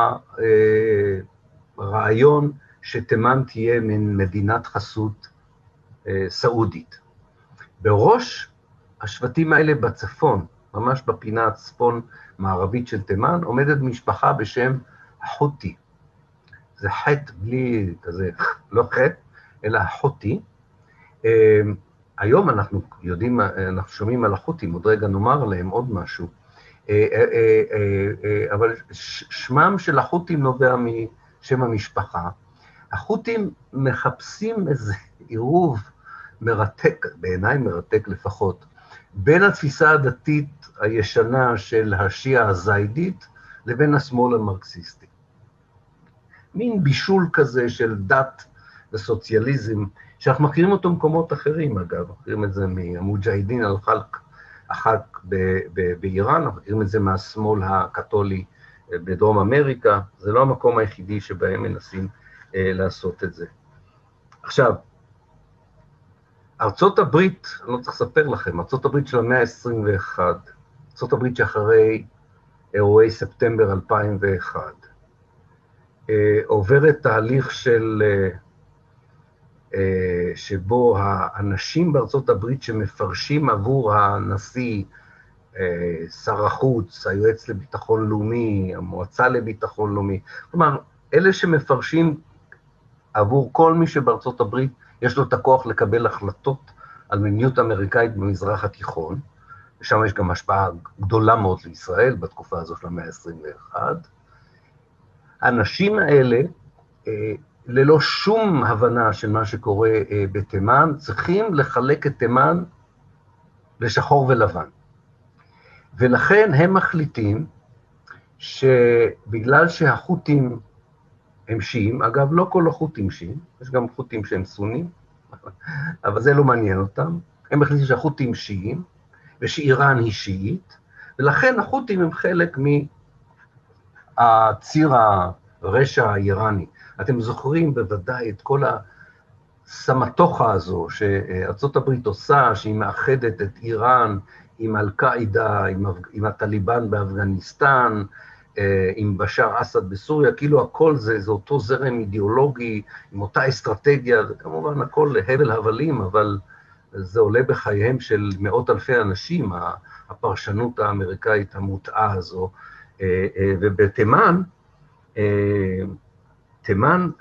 הרעיון שתימן תהיה מן מדינת חסות סעודית. בראש השבטים האלה בצפון, ממש בפינה הצפון מערבית של תימן, עומדת משפחה בשם החותי. זה חטא בלי כזה, לא חטא, אלא החותי. היום אנחנו יודעים, אנחנו שומעים על החותים, עוד רגע נאמר עליהם עוד משהו, אבל שמם של החותים נובע משם המשפחה. החותים מחפשים איזה עירוב מרתק, בעיניי מרתק לפחות, בין התפיסה הדתית הישנה של השיעה הזיידית לבין השמאל המרקסיסטי. מין בישול כזה של דת וסוציאליזם, שאנחנו מכירים אותו במקומות אחרים, אגב, מכירים את זה מהמוג'הידין הח"ק באיראן, מכירים את זה מהשמאל הקתולי בדרום אמריקה, זה לא המקום היחידי שבהם מנסים לעשות את זה. עכשיו, ארצות הברית, אני לא צריך לספר לכם, ארצות הברית של המאה ה-21, ארצות הברית שאחרי אירועי ספטמבר 2001, עוברת תהליך שבו האנשים בארצות הברית שמפרשים עבור הנשיא, שר החוץ, היועץ לביטחון לאומי, המועצה לביטחון לאומי, כלומר, אלה שמפרשים עבור כל מי שבארצות הברית יש לו את הכוח לקבל החלטות על מדיניות אמריקאית במזרח התיכון, ושם יש גם השפעה גדולה מאוד לישראל בתקופה הזו של המאה ה-21. האנשים האלה, ללא שום הבנה של מה שקורה בתימן, צריכים לחלק את תימן לשחור ולבן. ולכן הם מחליטים שבגלל שהחותים הם שיעים, אגב, לא כל החותים שיעים, יש גם חותים שהם סונים, אבל זה לא מעניין אותם, הם החליטים שהחותים שיעים, ושאיראן היא שיעית, ולכן החותים הם חלק מהציר הרשע האיראני. אתם זוכרים בוודאי את כל הסמטוחה הזו שארצות הברית עושה, שהיא מאחדת את איראן עם אל-קאעידה, עם הטליבן באפגניסטן, עם בשאר אסד בסוריה, כאילו הכל זה אותו זרם אידיאולוגי, עם אותה אסטרטגיה, זה כמובן הכל הבל הבלים, אבל זה עולה בחייהם של מאות אלפי אנשים, הפרשנות האמריקאית המוטעה הזו, ובתימן, תימן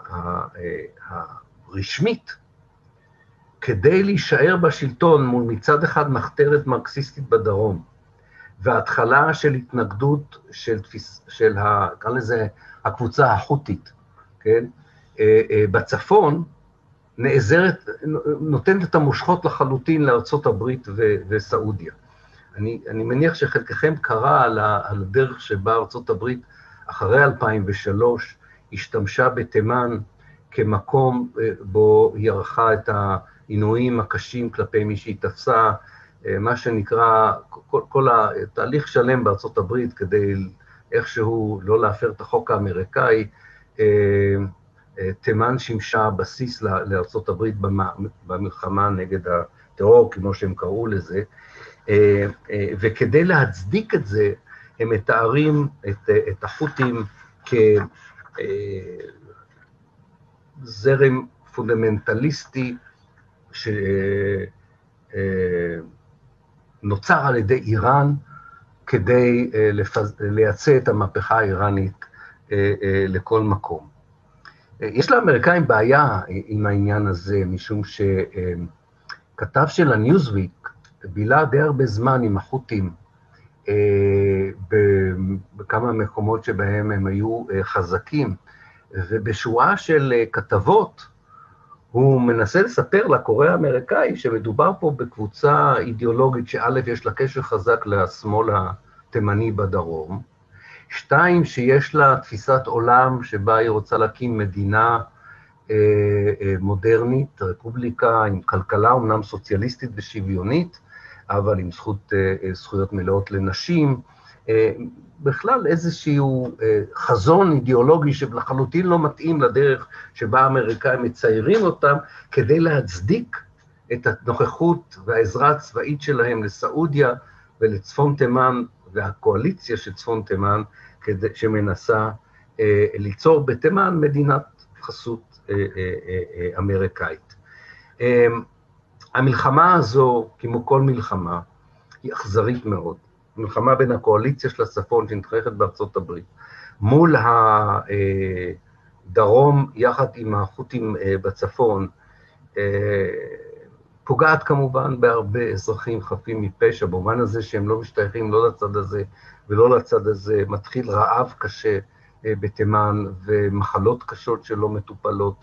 הרשמית, כדי להישאר בשלטון מול מצד אחד מחתרת מרקסיסטית בדרום, וההתחלה של התנגדות של כאן לזה הקבוצה החותית, כן? בצפון נעזרת, נותנת את המושכות לחלוטין לארצות הברית וסעודיה. אני מניח שחלקכם קרא על הדרך שבה ארצות הברית אחרי 2003 השתמשה בתימן כמקום בו היא ערכה את העינויים הקשים כלפי מי שהיא תפסה, מה שנקרא, כל התהליך שלם בארצות הברית כדי איכשהו לא להפר את החוק האמריקאי, תימן שימשה בסיס לארצות הברית במלחמה נגד הטרור, כמו שהם קראו לזה, וכדי להצדיק את זה, הם מתארים את החותים כזרם פונדמנטליסטי שנוצר על ידי איראן כדי לייצא את המהפכה האיראנית לכל מקום. יש לאמריקאים בעיה עם העניין הזה, משום שכתב של הניוזוויק בילה די הרבה זמן עם החות'ים, בכמה מקומות שבהם הם היו חזקים, ובשורה של כתבות הוא מנסה לספר לקורא האמריקאי שמדובר פה בקבוצה אידיאולוגית שא' יש לה קשר חזק לשמאל התימני בדרום, 2 שיש לה תפיסת עולם שבה היא רוצה להקים מדינה מודרנית, רפובליקה עם כלכלה אומנם סוציאליסטית ושוויונית, אבל עם זכויות מלאות לנשים, בכלל איזשהו חזון אידיאולוגי שלחלוטין לא מתאים לדרך שבה האמריקאים מציירים אותם, כדי להצדיק את הנוכחות והעזרה הצבאית שלהם לסעודיה ולצפון תימן, והקואליציה של צפון תימן, שמנסה ליצור בתימן מדינת חסות אמריקאית. המלחמה הזו, כמו כל מלחמה, היא אכזרית מאוד. מלחמה בין הקואליציה של הצפון שנתרחשת בארצות הברית, מול הדרום יחד עם החות'ים בצפון, פוגעת כמובן בהרבה אזרחים חפים מפשע, במובן הזה שהם לא משתייכים לא לצד הזה ולא לצד הזה, מתחיל רעב קשה בתימן ומחלות קשות שלא מטופלות,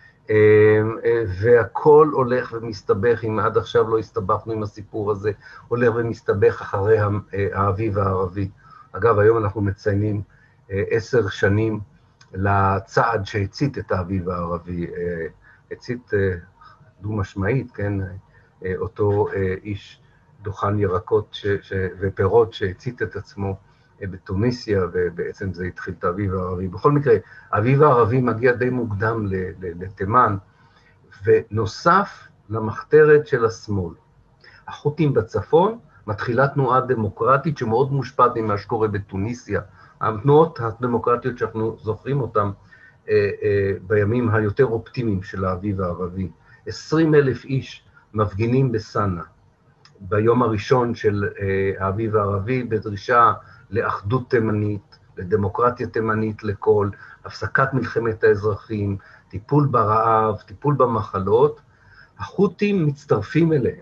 והכל הולך ומסתבך, אם עד עכשיו לא הסתבכנו עם הסיפור הזה, הולך ומסתבך אחרי האביב הערבי. אגב, היום אנחנו מציינים 10 שנים לצעד שהצית את האביב הערבי, הצית דו משמעית, כן, אותו איש דוכן ירקות ופירות שהצית את עצמו בתוניסיה, ובעצם זה התחיל את האביב הערבי. בכל מקרה, האביב הערבי מגיע די מוקדם לתימן, ונוסף למחתרת של השמאל. החות'ים בצפון מתחילה תנועה דמוקרטית שמאוד מושפעת ממה שקורה בתוניסיה. התנועות הדמוקרטיות שאנחנו זוכרים אותן בימים היותר אופטימיים של האביב הערבי. 20,000 איש מפגינים בסנה ביום הראשון של האביב הערבי, בדרישה לאחדות תימנית, לדמוקרטיה תימנית לכל, הפסקת מלחמת האזרחים, טיפול ברעב, טיפול במחלות. החות'ים מצטרפים אליהם,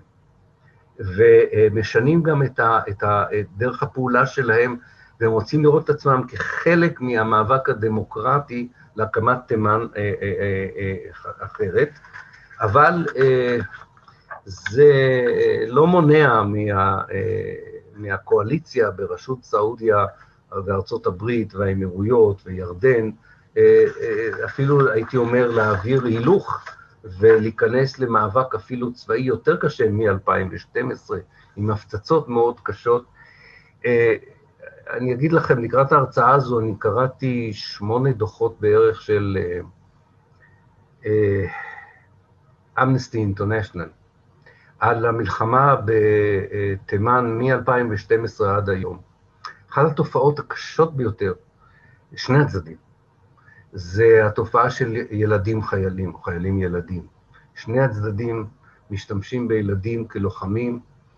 ומשנים גם את דרך הפעולה שלהם, והם רוצים לראות את עצמם כחלק מהמאבק הדמוקרטי להקמת תימן אחרת, אבל זה לא מונע מהקואליציה בראשות סעודיה וארצות הברית והאמירויות וירדן, אפילו הייתי אומר להעביר הילוך ולהיכנס למאבק אפילו צבאי יותר קשה מ-2012, עם הפצצות מאוד קשות. אני אגיד לכם, לקראת ההרצאה הזו, אני קראתי 8 דוחות בערך של אמנסטי אינטרנשיונל, על המלחמה בתימן מ-2012 עד היום. אחת התופעות הקשות ביותר, שני הצדדים, זה התופעה של ילדים חיילים, או חיילים ילדים. שני הצדדים משתמשים בילדים כלוחמים,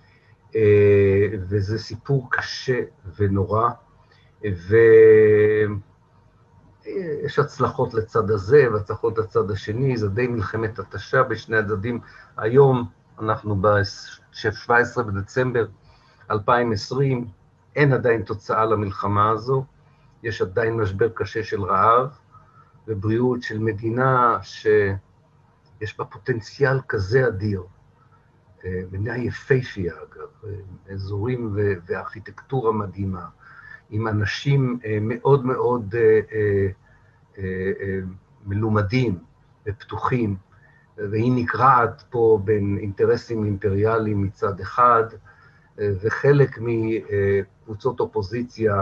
וזה סיפור קשה ונורא, ויש הצלחות לצד הזה והצלחות לצד השני, זה די מלחמת התשה בשני הצדדים. היום אנחנו ב-17 בדצמבר 2020, אין עדיין תוצאה למלחמה הזו, יש עדיין משבר קשה של רעב ובריאות של מדינה שיש בה פוטנציאל כזה אדיר, מדינה יפהפייה אגב, אזורים וארכיטקטורה מדהימה, עם אנשים מאוד מאוד מלומדים ופתוחים, והיא נקרעת פה בין אינטרסים אימפריאליים מצד אחד, וחלק מקבוצות אופוזיציה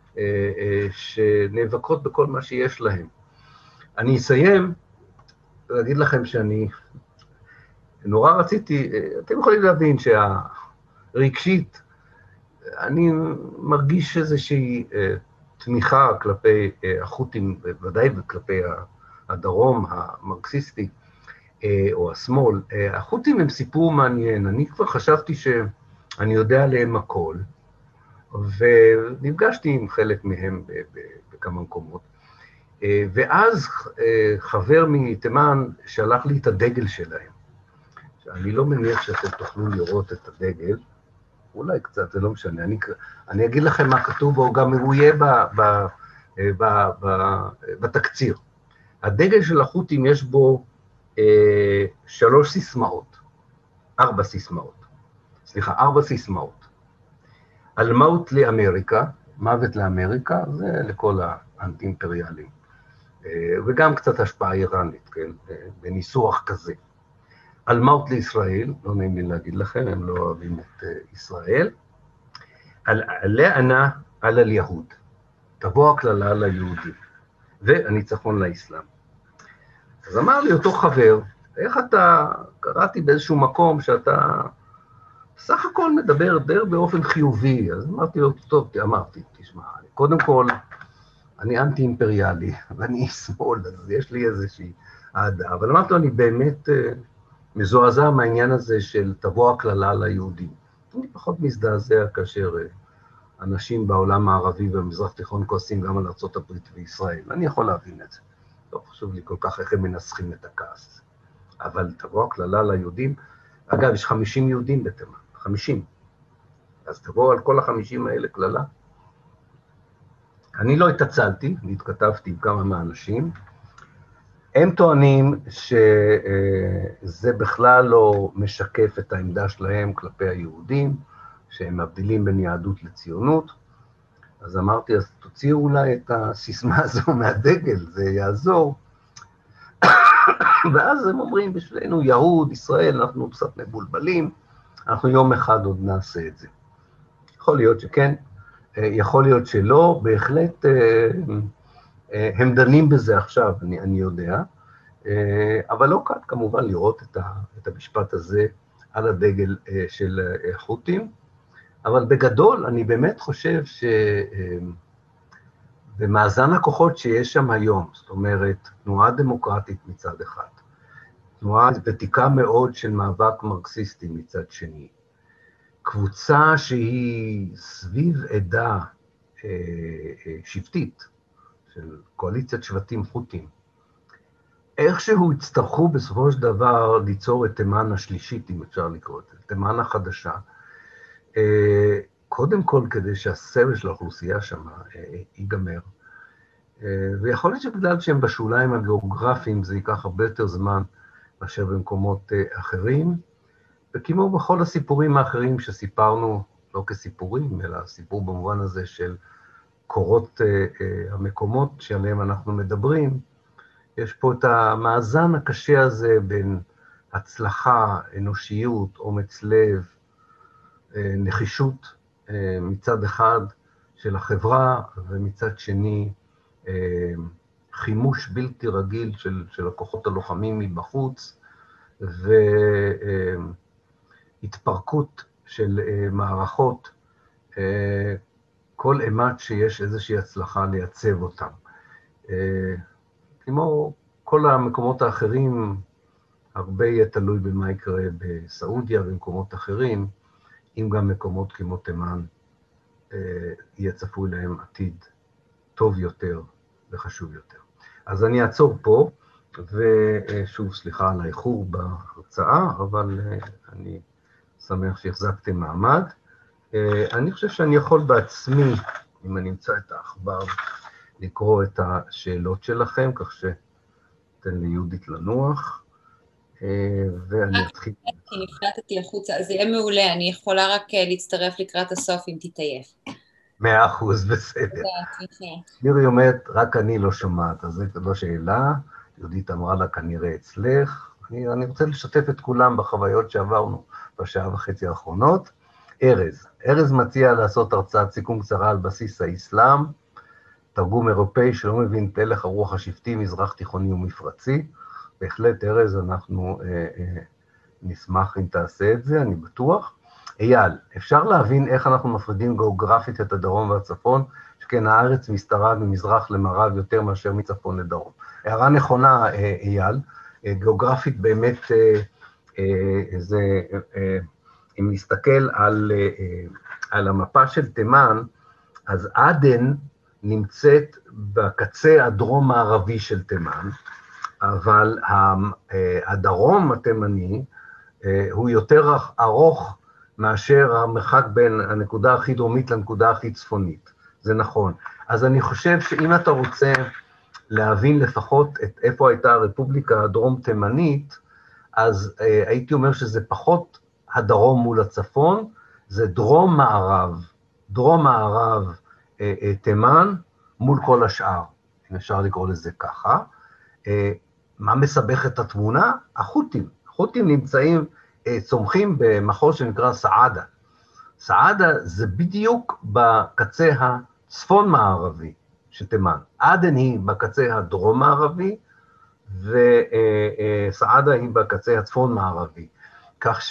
שנאבקות בכל מה שיש להם. אני אסיים להגיד לכם שאני נורא רציתי, אתם יכולים להבין שהרגשית, אני מרגיש איזושהי תמיכה כלפי החות'ים, ודאי וכלפי הדרום המרקסיסטי, או השמאל. החות'ים הם סיפור מעניין, אני כבר חשבתי שאני יודע עליהם הכל, ונפגשתי עם חלק מהם בכמה מקומות. ואז חבר מתימן שלח לי את הדגל שלהם. אני לא מניח שאתם תוכלו לראות את הדגל, אולי קצת, זה לא משנה. אני אגיד לכם מה כתוב בו, גם הוא יהיה בתקציר. הדגל של החות'ים יש בו 4 סיסמאות. אל-מות לאמריקה, מוות לאמריקה, זה לכל האנטי-אימפריאלים. וגם קצת השפעה איראנית, כן, בניסוח כזה. אל-מות לישראל, לא נעים לי להגיד לכם, הם לא אוהבים את ישראל. לענה על אל-יהוד, תבוא הכללה ליהודים, והניצחון לאסלאם. אז אמר לי אותו חבר, איך אתה, קראתי באיזשהו מקום שאתה סך הכל מדבר די באופן חיובי, אז אמרתי לו, טוב, אמרתי, תשמע, קודם כל, אני אנטי-אימפריאלי, ואני שמאל, אז יש לי איזושהי אהדה, אבל אמרתי לו, אני באמת מזועזע מהעניין הזה של תבוא הכללה ליהודים. אני פחות מזדעזע כאשר אנשים בעולם הערבי ובמזרח תיכון כועסים גם על ארצות הברית וישראל. אני יכול להבין את זה. לא חשוב לי כל כך איך הם מנסחים את הכעס. אבל תבוא הכללה ליהודים, אגב, יש 50 יהודים בתימן, 50. אז תבוא על כל ה-50 האלה כללה. אני לא התעצלתי, התכתבתי עם כמה מהאנשים. הם טוענים שזה בכלל לא משקף את העמדה שלהם כלפי היהודים, שהם מבדילים בין יהדות לציונות. אז אמרתי, אז תוציאו אולי את הסיסמה הזו מהדגל, זה יעזור. ואז הם אומרים, בשבילנו יהוד, ישראל, אנחנו קצת מבולבלים, אנחנו יום אחד עוד נעשה את זה. יכול להיות שכן, יכול להיות שלא, בהחלט הם דנים בזה עכשיו, אני יודע, אבל לא קל כמובן לראות את המשפט הזה על הדגל של חות'ים, אבל בגדול אני באמת חושב שבמאזן הכוחות שיש שם היום, זאת אומרת, תנועה דמוקרטית מצד אחד, תנועה ותיקה מאוד של מאבק מרקסיסטי מצד שני, קבוצה שהיא סביב עדה שבטית, של קואליציית שבטים חות'ים, איכשהו הצטרכו בסופו של דבר ליצור את תימן השלישית, אם אפשר לקרוא את זה, תימן החדשה, קודם כל כדי שהסבל של האוכלוסייה שם ייגמר, ויכול להיות שבגלל שהם בשוליים הגיאוגרפיים זה ייקח הרבה יותר זמן מאשר במקומות אחרים, וכמו בכל הסיפורים האחרים שסיפרנו, לא כסיפורים, אלא סיפור במובן הזה של קורות המקומות שעליהם אנחנו מדברים, יש פה את המאזן הקשה הזה בין הצלחה, אנושיות, אומץ לב, נחישות מצד אחד של החברה, ומצד שני חימוש בלתי רגיל של הכוחות הלוחמים מבחוץ, והתפרקות של מערכות, כל אימת שיש איזושהי הצלחה לייצב אותם. כמו כל המקומות האחרים, הרבה יהיה תלוי במה יקרה בסעודיה ובמקומות אחרים, אם גם מקומות כמו תימן יהיה צפוי להם עתיד טוב יותר וחשוב יותר. אז אני אעצור פה, ושוב סליחה על האיחור בהרצאה, אבל אני שמח שהחזקתם מעמד. אני חושב שאני יכול בעצמי, אם אני אמצא את העכבר, לקרוא את השאלות שלכם, כך שתן ליהודית לנוח, ואני אתחיל. כי נפלטתי החוצה, אז זה יהיה מעולה, אני יכולה רק להצטרף לקראת הסוף אם תתעייף. 100%, בסדר. מירי אומרת, רק אני לא שומעת, אז זה לא שאלה, יהודית אמרה לה כנראה אצלך, אני רוצה לשתף את כולם בחוויות שעברנו בשעה וחצי האחרונות. ארז מציע לעשות הרצאת סיכום קצרה על בסיס האסלאם, תרגום אירופאי שלא מבין את הלך הרוח השבטי, מזרח תיכוני ומפרצי. בהחלט, ארז, אנחנו נשמח אם תעשה את זה, אני בטוח. אייל, אפשר להבין איך אנחנו מפרידים גיאוגרפית את הדרום והצפון, שכן הארץ משתרעת ממזרח למערב יותר מאשר מצפון לדרום. הערה נכונה, אייל, גיאוגרפית באמת, אם נסתכל על על המפה של תימן, אז עדן נמצאת בקצה הדרום-מערבי של תימן, אבל הדרום התימני הוא יותר ארוך מאשר המרחק בין הנקודה הכי דרומית לנקודה הכי צפונית. זה נכון. אז אני חושב שאם אתה רוצה להבין לפחות איפה הייתה הרפובליקה הדרום-תימנית, אז הייתי אומר שזה פחות הדרום מול הצפון, זה דרום-מערב תימן מול כל השאר, אם אפשר לקרוא לזה ככה. מה מסבך את התמונה? החות'ים. החות'ים נמצאים, צומחים במחוז שנקרא סעדה. סעדה זה בדיוק בקצה הצפון-מערבי של תימן. עדן היא בקצה הדרום-מערבי, וסעדה היא בקצה הצפון-מערבי. כך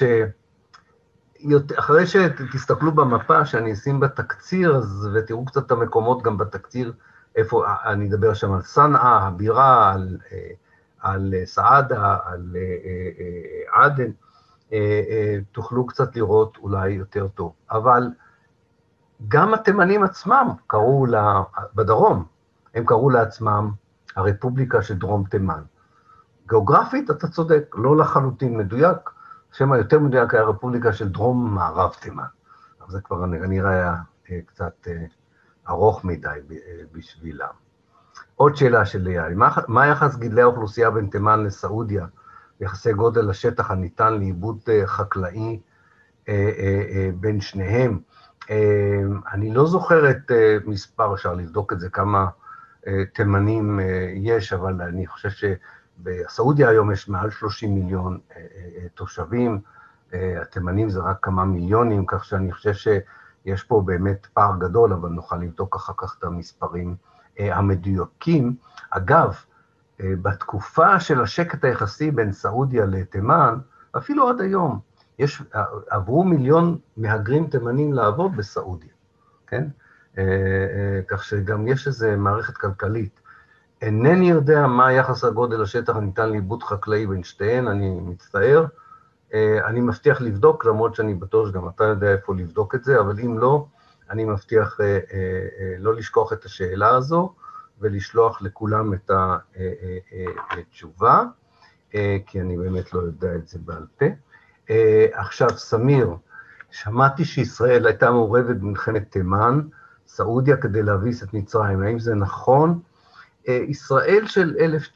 אחרי שתסתכלו במפה שאני אשים בתקציר, ותראו קצת את המקומות גם בתקציר, איפה אני אדבר שם על סנעה, הבירה, על סעדה, על עדן, תוכלו קצת לראות אולי יותר טוב. אבל גם התימנים עצמם קראו בדרום, הם קראו לעצמם הרפובליקה של דרום תימן. גיאוגרפית אתה צודק, לא לחלוטין מדויק, השם היותר מדויק היה הרפובליקה של דרום מערב תימן. אבל זה כבר נראה קצת ארוך מדי בשבילם. עוד שאלה של יאי, מה יחס גדלי האוכלוסייה בין תימן לסעודיה, יחסי גודל השטח הניתן לעיבוד חקלאי בין שניהם? אני לא זוכר את מספר, אפשר לבדוק את זה, כמה תימנים יש, אבל אני חושב שבסעודיה היום יש מעל 30 מיליון תושבים, התימנים זה רק כמה מיליונים, כך שאני חושב שיש פה באמת פער גדול, אבל נוכל לבדוק אחר כך את המספרים המדויקים. אגב, בתקופה של השקט היחסי בין סעודיה לתימן, אפילו עד היום, עברו מיליון מהגרים תימנים לעבוד בסעודיה, כן? כך שגם יש איזו מערכת כלכלית. אינני יודע מה יחס הגודל השטח הניתן לעיבוד חקלאי בין שתיהן, אני מצטער. אני מבטיח לבדוק, למרות שאני בטוח שגם אתה יודע איפה לבדוק את זה, אבל אם לא, אני מבטיח לא לשכוח את השאלה הזו, ולשלוח לכולם את התשובה, כי אני באמת לא יודע את זה בעל פה. עכשיו, סמיר, שמעתי שישראל הייתה מעורבת במלחמת תימן, סעודיה כדי להביס את מצרים, האם זה נכון? ישראל של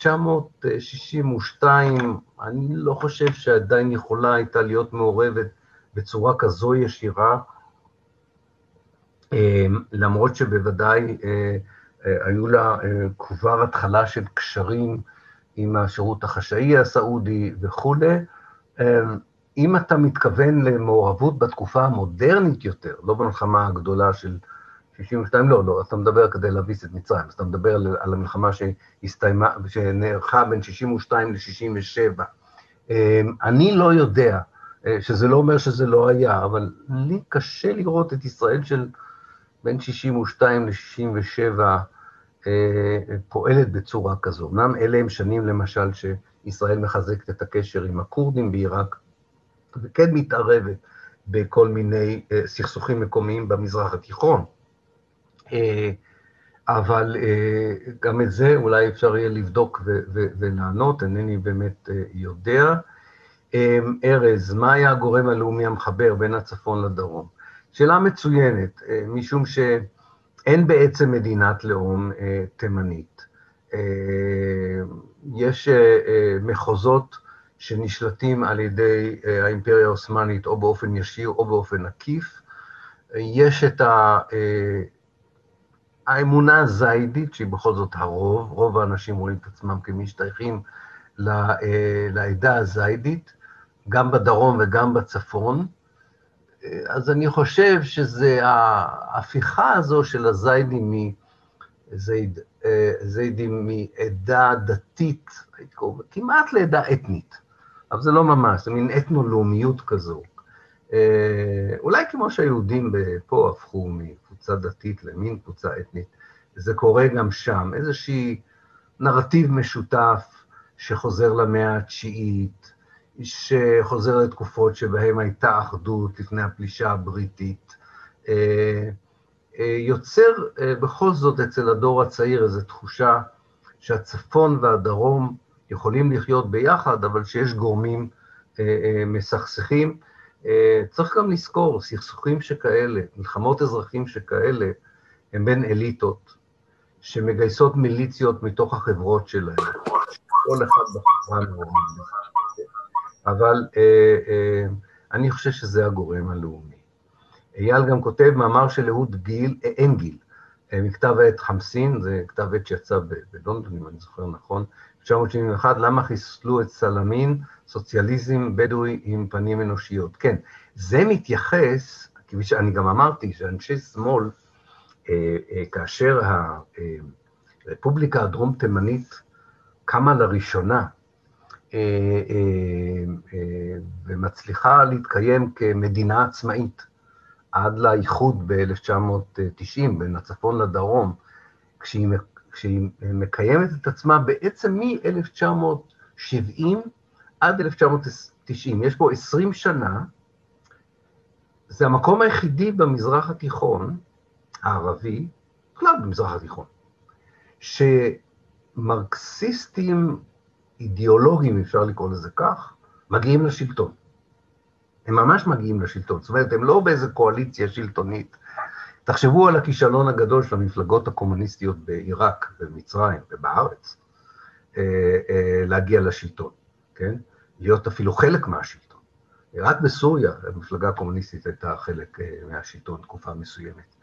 1962, אני לא חושב שעדיין יכולה הייתה להיות מעורבת בצורה כזו ישירה, למרות שבוודאי היו לה כבר התחלה של קשרים עם השירות החשאי הסעודי וכו'. אם אתה מתכוון למעורבות בתקופה המודרנית יותר, לא במלחמה הגדולה של 62, לא, אתה מדבר כדי להביס את מצרים, אתה מדבר על המלחמה שנערכה בין 62 ל-67. אני לא יודע, שזה לא אומר שזה לא היה, אבל לי קשה לראות את ישראל של בין 62 ל-67 פועלת בצורה כזו. אמנם אלה הם שנים למשל שישראל מחזקת את הקשר עם הכורדים בעיראק, וכן מתערבת בכל מיני סכסוכים מקומיים במזרח התיכון. אבל גם את זה אולי אפשר יהיה לבדוק ולענות, אינני באמת יודע. ארז, מה היה הגורם הלאומי המחבר בין הצפון לדרום? שאלה מצוינת, משום שאין בעצם מדינת לאום תימנית. יש מחוזות שנשלטים על ידי האימפריה העות'מאנית או באופן ישיר או באופן עקיף. יש את האמונה הזיידית, שהיא בכל זאת הרוב, רוב האנשים רואים את עצמם כמשתייכים לעדה הזיידית, גם בדרום וגם בצפון. אז אני חושב שזה ההפיכה הזו של הזיידים מעדה דתית, כמעט לעדה אתנית, אבל זה לא ממש, זה מין אתנו-לאומיות כזו. אולי כמו שהיהודים פה הפכו מקבוצה דתית למין קבוצה אתנית, זה קורה גם שם, איזושהי נרטיב משותף שחוזר למאה התשיעית, שחוזר לתקופות שבהן הייתה אחדות לפני הפלישה הבריטית, יוצר בכל זאת אצל הדור הצעיר איזו תחושה שהצפון והדרום יכולים לחיות ביחד, אבל שיש גורמים מסכסכים. צריך גם לזכור, סכסוכים שכאלה, מלחמות אזרחים שכאלה, הם בין אליטות, שמגייסות מיליציות מתוך החברות שלהם, כל אחד בחברה המעורבת. אבל אני חושב שזה הגורם הלאומי. אייל גם כותב מאמר של אהוד אנגיל, מכתב עת חמסין, זה כתב עת שיצא בלונדון, אם אני זוכר נכון, 1971, למה חיסלו את סלמין, סוציאליזם בדואי עם פנים אנושיות. כן, זה מתייחס, כפי שאני גם אמרתי, שאנשי שמאל, כאשר הרפובליקה הדרום תימנית קמה לראשונה, ומצליחה להתקיים כמדינה עצמאית, עד לאיחוד ב-1990, בין הצפון לדרום, כשהיא מקיימת את עצמה בעצם מ-1970 עד 1990, יש פה 20 שנה, זה המקום היחידי במזרח התיכון, הערבי, בכלל במזרח התיכון, שמרקסיסטים אידיאולוגיים, אפשר לקרוא לזה כך, מגיעים לשלטון. הם ממש מגיעים לשלטון, זאת אומרת, הם לא באיזו קואליציה שלטונית. תחשבו על הכישלון הגדול של המפלגות הקומוניסטיות בעיראק, במצרים ובארץ, להגיע לשלטון, כן? להיות אפילו חלק מהשלטון. רק בסוריה, המפלגה הקומוניסטית הייתה חלק מהשלטון, תקופה מסוימת.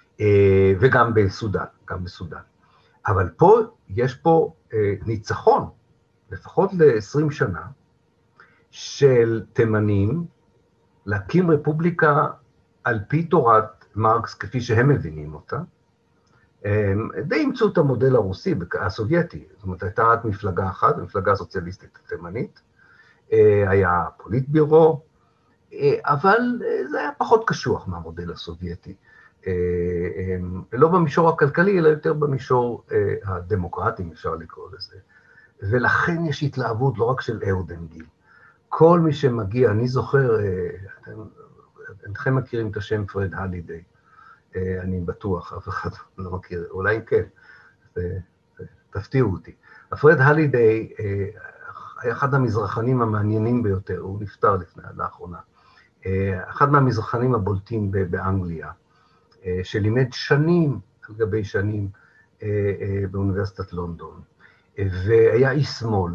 וגם בסודן, גם בסודן. אבל פה, יש פה ניצחון, לפחות ל-20 שנה, של תימנים, להקים רפובליקה על פי תורת מרקס, כפי שהם מבינים אותה, די אימצו את המודל הרוסי, הסובייטי, זאת אומרת, הייתה רק מפלגה אחת, מפלגה סוציאליסטית תימנית, היה פוליטביורו, אבל זה היה פחות קשוח מהמודל הסובייטי, לא במישור הכלכלי, אלא יותר במישור הדמוקרטי, אפשר לקרוא לזה, ולכן יש התלהבות לא רק של אהוד אנגיל, כל מי שמגיע, אני זוכר, אתכם מכירים את השם פרד הלידיי, אני בטוח, אף אחד לא מכיר, אולי כן, תפתיעו אותי. פרד הלידיי היה אחד המזרחנים המעניינים ביותר, הוא נפטר לאחרונה, אחד מהמזרחנים הבולטים באנגליה, שלימד שנים על גבי שנים באוניברסיטת לונדון, והיה איש שמאל,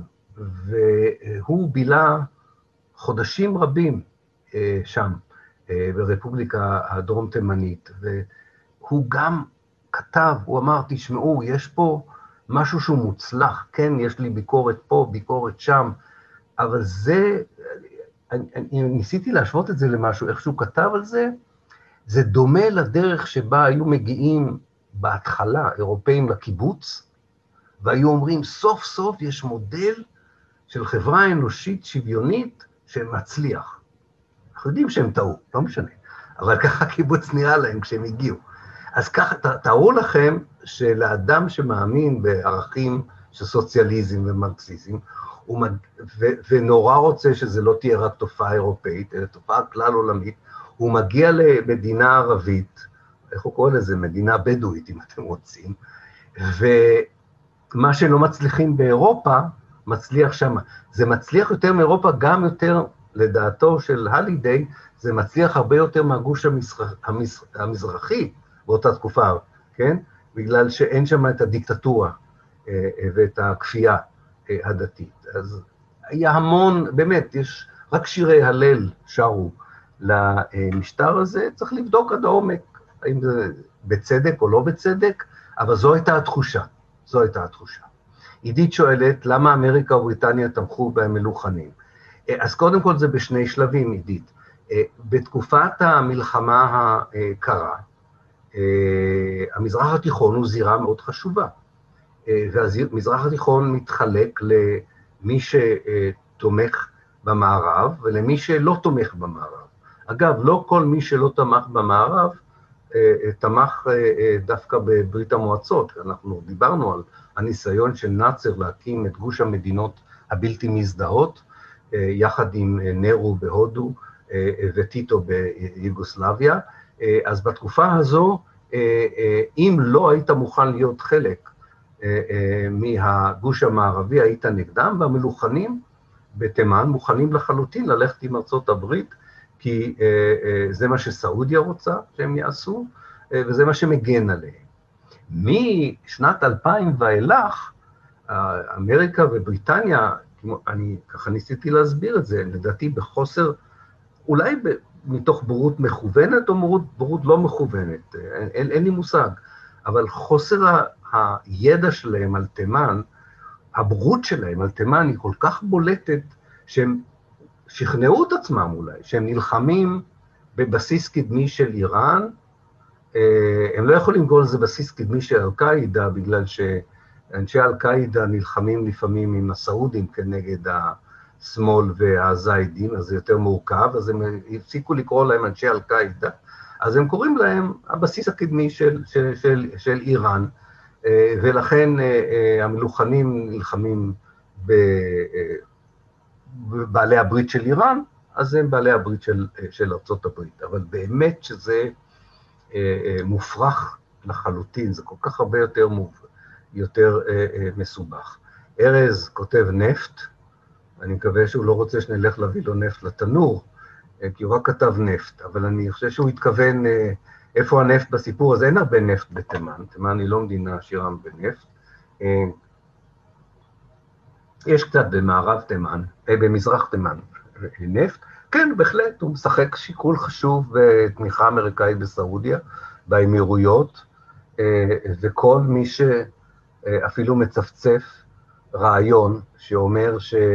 והוא בילה חודשים רבים שם, ברפובליקה הדרום תימנית, והוא גם כתב, הוא אמר, תשמעו, יש פה משהו שהוא מוצלח, כן, יש לי ביקורת פה, ביקורת שם, אבל זה, אני ניסיתי להשוות את זה למשהו, איך שהוא כתב על זה, זה דומה לדרך שבה היו מגיעים בהתחלה אירופאים לקיבוץ, והיו אומרים, סוף סוף יש מודל של חברה אנושית שוויונית שמצליח. אנחנו יודעים שהם טעו, לא משנה, אבל ככה הקיבוץ נראה להם כשהם הגיעו. אז ככה, תארו לכם שלאדם שמאמין בערכים של סוציאליזם ומרקסיזם, ונורא רוצה שזה לא תהיה רק תופעה אירופאית, אלא תופעה כלל עולמית, הוא מגיע למדינה ערבית, איך הוא קורא לזה? מדינה בדואית, אם אתם רוצים, ומה שלא מצליחים באירופה, מצליח שם. זה מצליח יותר מאירופה, גם יותר, לדעתו של הלידיי, זה מצליח הרבה יותר מהגוש המזרחי באותה תקופה, כן? בגלל שאין שם את הדיקטטורה ואת הכפייה הדתית. אז היה המון, באמת, יש רק שירי הלל שרו למשטר הזה, צריך לבדוק עד העומק, האם זה בצדק או לא בצדק, אבל זו הייתה התחושה, זו הייתה התחושה. עידית שואלת, למה אמריקה ובריטניה תמכו בהם מלוכנים? אז קודם כל זה בשני שלבים, עידית. בתקופת המלחמה הקרה, המזרח התיכון הוא זירה מאוד חשובה, והמזרח התיכון מתחלק למי שתומך במערב ולמי שלא תומך במערב. אגב, לא כל מי שלא תמך במערב, תמך דווקא בברית המועצות. אנחנו דיברנו על הניסיון של נאצר להקים את גוש המדינות הבלתי מזדהות, יחד עם נרו בהודו וטיטו ביוגוסלביה, אז בתקופה הזו, אם לא היית מוכן להיות חלק מהגוש המערבי, היית נגדם, והמלוכנים בתימן מוכנים לחלוטין ללכת עם ארצות הברית, כי זה מה שסעודיה רוצה שהם יעשו, וזה מה שמגן עליהם. משנת 2000 ואילך, אמריקה ובריטניה, אני ככה ניסיתי להסביר את זה, לדעתי בחוסר, אולי מתוך בורות מכוונת או בורות לא מכוונת, אין לי מושג, אבל חוסר הידע שלהם על תימן, הבורות שלהם על תימן היא כל כך בולטת, שהם שכנעו את עצמם אולי, שהם נלחמים בבסיס קדמי של איראן, הם לא יכולים לקרוא לזה בסיס קדמי של אל-קאעידה, בגלל שאנשי אל-קאעידה נלחמים לפעמים עם הסעודים כנגד השמאל והזיידים, אז זה יותר מורכב, אז הם הפסיקו לקרוא להם אנשי אל-קאעידה, אז הם קוראים להם הבסיס הקדמי של איראן, ולכן המלוכנים נלחמים בבעלי הברית של איראן, אז הם בעלי הברית של ארצות הברית, אבל באמת שזה מופרך לחלוטין, זה כל כך הרבה יותר מסובך. ארז כותב נפט, אני מקווה שהוא לא רוצה שנלך להביא לו נפט לתנור, כי הוא רק כתב נפט, אבל אני חושב שהוא התכוון איפה הנפט בסיפור, אז אין הרבה נפט בתימן, תימן היא לא מדינה עשירה בנפט, יש קצת במערב תימן, במזרח תימן נפט, כן, בהחלט, הוא משחק שיקול חשוב בתמיכה אמריקאית בסעודיה, באמירויות, וכל מי שאפילו מצפצף רעיון שאומר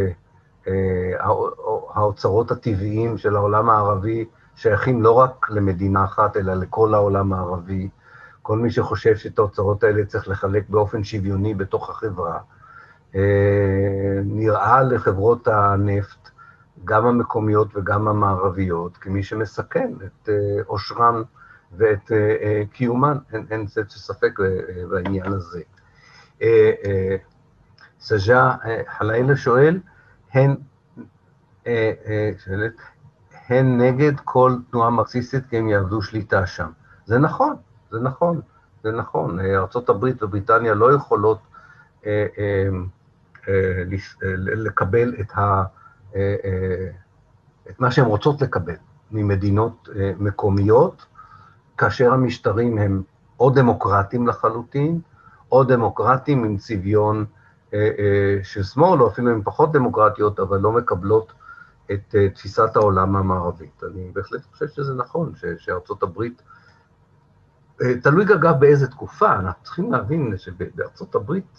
שהאוצרות הטבעיים של העולם הערבי שייכים לא רק למדינה אחת, אלא לכל העולם הערבי, כל מי שחושב שאת האוצרות האלה צריך לחלק באופן שוויוני בתוך החברה, נראה לחברות הנפט, גם המקומיות וגם המערביות, כמי שמסכן את אושרן ואת קיומן, אין ספק בעניין הזה. סג'ה חלילה שואל, הן נגד כל תנועה מרקסיסטית כי הם יעבדו שליטה שם. זה נכון, זה נכון, זה נכון. ארצות הברית ובריטניה לא יכולות לקבל את מה שהן רוצות לקבל ממדינות מקומיות, כאשר המשטרים הם או דמוקרטיים לחלוטין, או דמוקרטיים עם צביון של שמאל, או אפילו עם פחות דמוקרטיות, אבל לא מקבלות את תפיסת העולם המערבית. אני בהחלט חושב שזה נכון, שארצות הברית, תלוי אגב באיזה תקופה, אנחנו צריכים להבין שבארצות הברית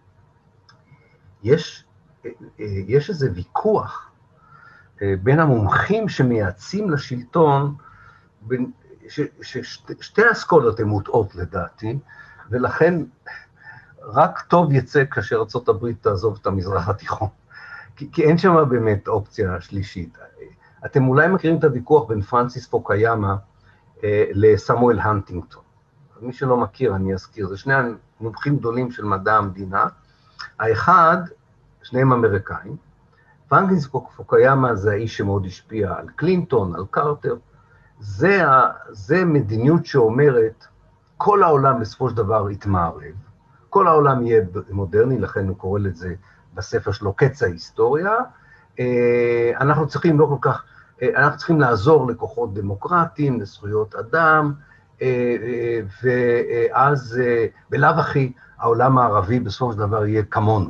יש איזה ויכוח בין המומחים שמייעצים לשלטון, ששתי האסכולות הן מוטעות לדעתי, ולכן רק טוב יצא כאשר ארצות הברית תעזוב את המזרח התיכון, כי אין שם באמת אופציה שלישית. אתם אולי מכירים את הוויכוח בין פרנסיס פוקויאמה לסמואל הנטינגטון. מי שלא מכיר, אני אזכיר, זה שני המומחים גדולים של מדע המדינה, האחד, שניהם אמריקאים, פרנסיס פוקויאמה זה האיש שמאוד השפיע על קלינטון, על קרטר, זה מדיניות שאומרת, כל העולם בסופו של דבר יתמערב, כל העולם יהיה מודרני, לכן הוא קורא לזה בספר שלו קץ ההיסטוריה, אנחנו צריכים לא כל כך, אנחנו צריכים לעזור לכוחות דמוקרטיים, לזכויות אדם, ואז בלאו הכי העולם הערבי בסופו של דבר יהיה כמונו.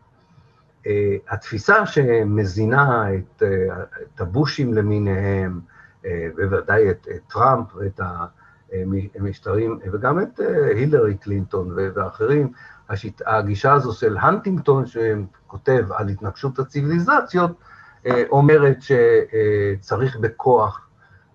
התפיסה שמזינה את הבושים למיניהם, בוודאי את טראמפ ואת המשטרים, וגם את הילרי קלינטון ואחרים, הגישה הזו של הנטינגטון, שכותב על התנגשות הציביליזציות, אומרת שצריך בכוח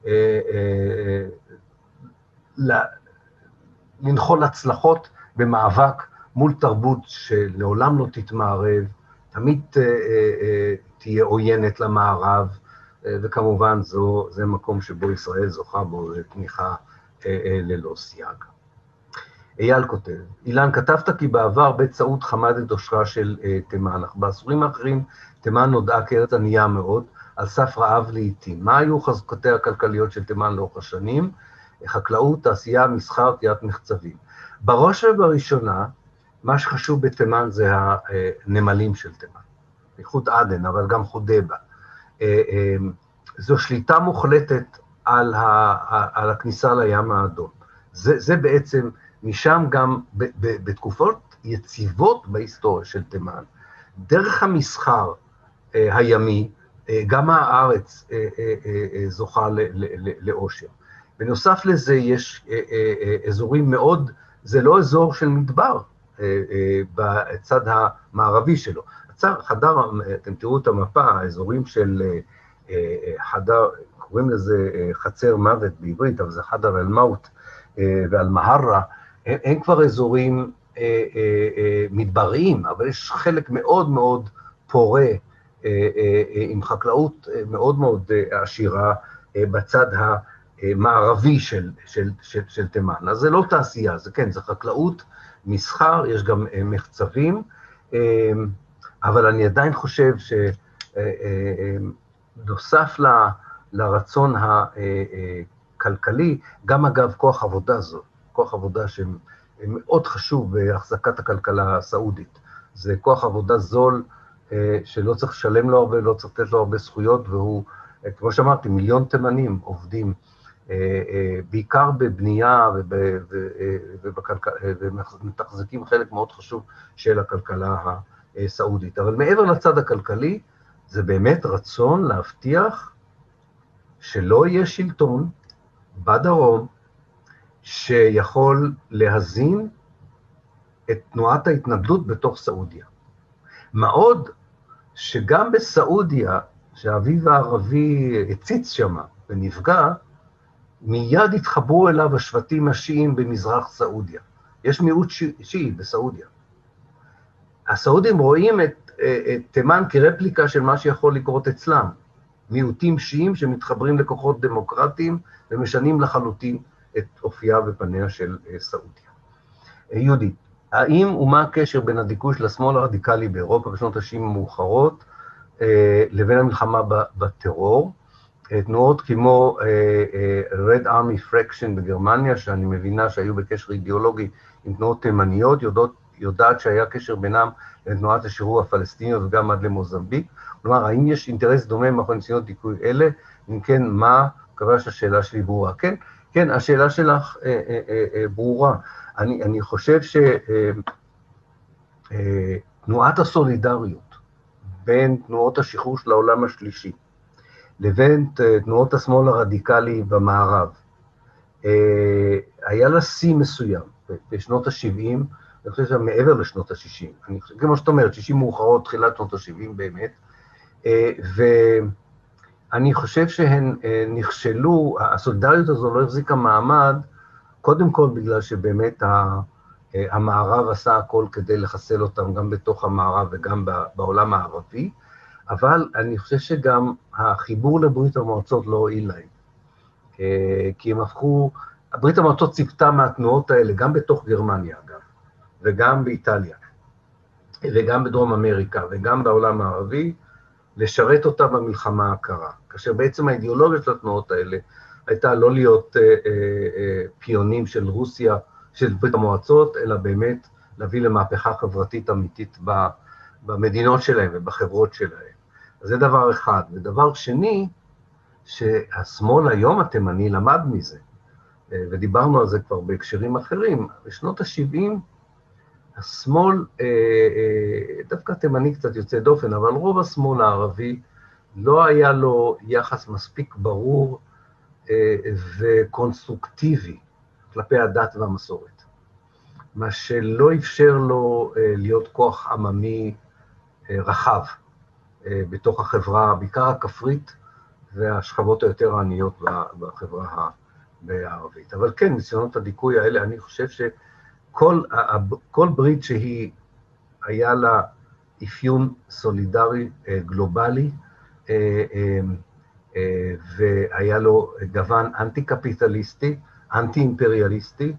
לנחול הצלחות במאבק מול תרבות שלעולם לא תתמערב, תמיד תהיה עוינת למערב, וכמובן זה מקום שבו ישראל זוכה בו תמיכה ללא סייג. אייל כותב, אילן, כתבת כי בעבר בית סעוד חמד את אושרה של תימן, אך בעשורים האחרים תימן נודעה כארץ ענייה מאוד, על סף רעב לעתים. מה היו חזקותיה הכלכליות של תימן לאורך השנים? חקלאות, תעשייה, מסחר, תיית מחצבים. בראש ובראשונה, מה שחשוב בתימן זה הנמלים של תימן, בייחוד עדן, אבל גם חודבה. זו שליטה מוחלטת על הכניסה לים האדום. זה בעצם, משם גם בתקופות יציבות בהיסטוריה של תימן, דרך המסחר הימי, גם הארץ זוכה לאושר. בנוסף לזה יש אזורים מאוד, זה לא אזור של מדבר בצד המערבי שלו. חדר, אתם תראו את המפה, האזורים של חדר, קוראים לזה חצר מוות בעברית, אבל זה חדר אל-מות ואל-מהרה, הם כבר אזורים מדבריים, אבל יש חלק מאוד מאוד פורה, עם חקלאות מאוד מאוד עשירה בצד המערבי של תימן. אז זה לא תעשייה, זה כן, זה חקלאות, מסחר, יש גם מחצבים, אבל אני עדיין חושב שנוסף לרצון הכלכלי, גם אגב כוח עבודה זו, כוח עבודה שמאוד חשוב בהחזקת הכלכלה הסעודית. זה כוח עבודה זול, שלא צריך לשלם לו הרבה, לא צריך לתת לו הרבה זכויות, והוא, כמו שאמרתי, מיליון תימנים עובדים, בעיקר בבנייה ומתחזקים חלק מאוד חשוב של הכלכלה הסעודית. אבל מעבר לצד הכלכלי, זה באמת רצון להבטיח שלא יהיה שלטון בדרום, שיכול להזין את תנועת ההתנגדות בתוך סעודיה. מה עוד שגם בסעודיה, שהאביב הערבי הציץ שמה ונפגע, מיד התחברו אליו השבטים השיעים במזרח סעודיה. יש מיעוט שיעי בסעודיה. הסעודים רואים את תימן כרפליקה של מה שיכול לקרות אצלם. מיעוטים שיעים שמתחברים לכוחות דמוקרטיים ומשנים לחלוטין את אופייה ופניה של סעודיה. יהודית, האם ומה הקשר בין הדיכוי של השמאל הרדיקלי באירופה בשנות ה-90 המאוחרות לבין המלחמה בטרור? תנועות כמו Red Army Fraction בגרמניה, שאני מבינה שהיו בקשר אידיאולוגי עם תנועות תימניות, יודעת שהיה קשר בינם לתנועת השחרור הפלסטיניות וגם עד למוזמביק. כלומר, האם יש אינטרס דומה מאחורי ניסיונות דיכוי אלה? אם כן, מה? מקווה שהשאלה שלי ברורה. כן, השאלה שלך ברורה. אני חושב שתנועת הסולידריות בין תנועות השחרור של העולם השלישי, לבין תנועות השמאל הרדיקלי במערב, היה לה שיא מסוים בשנות ה-70, אני חושב שמעבר לשנות ה-60, כמו שאת אומרת, 60 מאוחרות, תחילת שנות ה-70 באמת, ואני חושב שהן נכשלו, הסולידריות הזו לא החזיקה מעמד, קודם כל בגלל שבאמת המערב עשה הכל כדי לחסל אותם גם בתוך המערב וגם בעולם הערבי, אבל אני חושב שגם החיבור לברית המועצות לא הועיל להם, כי הם הפכו, ברית המועצות ציפתה מהתנועות האלה, גם בתוך גרמניה אגב, וגם באיטליה, וגם בדרום אמריקה, וגם בעולם הערבי, לשרת אותה במלחמה הקרה, כאשר בעצם האידיאולוגיה של התנועות האלה, הייתה לא להיות פיונים של רוסיה, של ברית המועצות, אלא באמת להביא למהפכה חברתית אמיתית במדינות שלהם ובחברות שלהם. אז זה דבר אחד. ודבר שני, שהשמאל היום התימני למד מזה, ודיברנו על זה כבר בהקשרים אחרים, בשנות ה-70, השמאל, דווקא תימני קצת יוצא דופן, אבל רוב השמאל הערבי לא היה לו יחס מספיק ברור וקונסטרוקטיבי כלפי הדת והמסורת, מה שלא אפשר לו להיות כוח עממי רחב בתוך החברה, בעיקר הכפרית והשכבות היותר העניות בחברה הערבית. אבל כן, ניסיונות הדיכוי האלה, אני חושב שכל ברית שהיא היה לה אפיון סולידרי גלובלי, והיה לו גוון אנטי-קפיטליסטי, אנטי-אימפריאליסטי,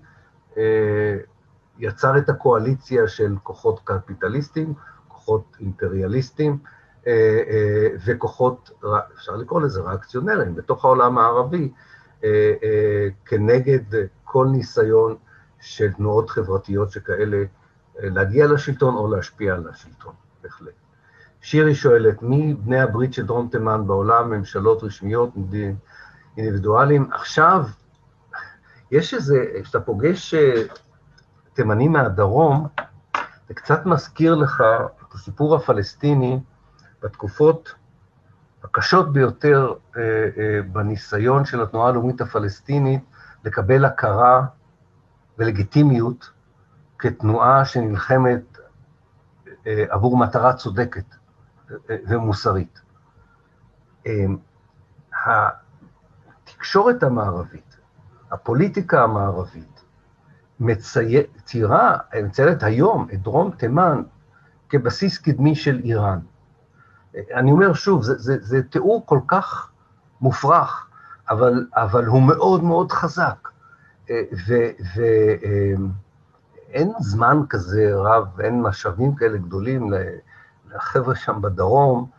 יצר את הקואליציה של כוחות קפיטליסטים, כוחות אימפריאליסטים, וכוחות, אפשר לקרוא לזה ריאקציונרים, בתוך העולם הערבי, כנגד כל ניסיון של תנועות חברתיות שכאלה להגיע לשלטון או להשפיע על השלטון, בהחלט. שירי שואלת, מי בני הברית של דרום תימן בעולם, ממשלות רשמיות, אינדיבידואלים? עכשיו, יש איזה, כשאתה פוגש תימנים מהדרום, זה קצת מזכיר לך את הסיפור הפלסטיני בתקופות הקשות ביותר בניסיון של התנועה הלאומית הפלסטינית לקבל הכרה ולגיטימיות כתנועה שנלחמת עבור מטרה צודקת ומוסרית. התקשורת המערבית, הפוליטיקה המערבית, מציירת היום את דרום תימן כבסיס קדמי של איראן. אני אומר שוב, זה תיאור כל כך מופרך, אבל הוא מאוד מאוד חזק. ואין זמן כזה רב, אין משאבים כאלה גדולים לחבר'ה שם בדרום,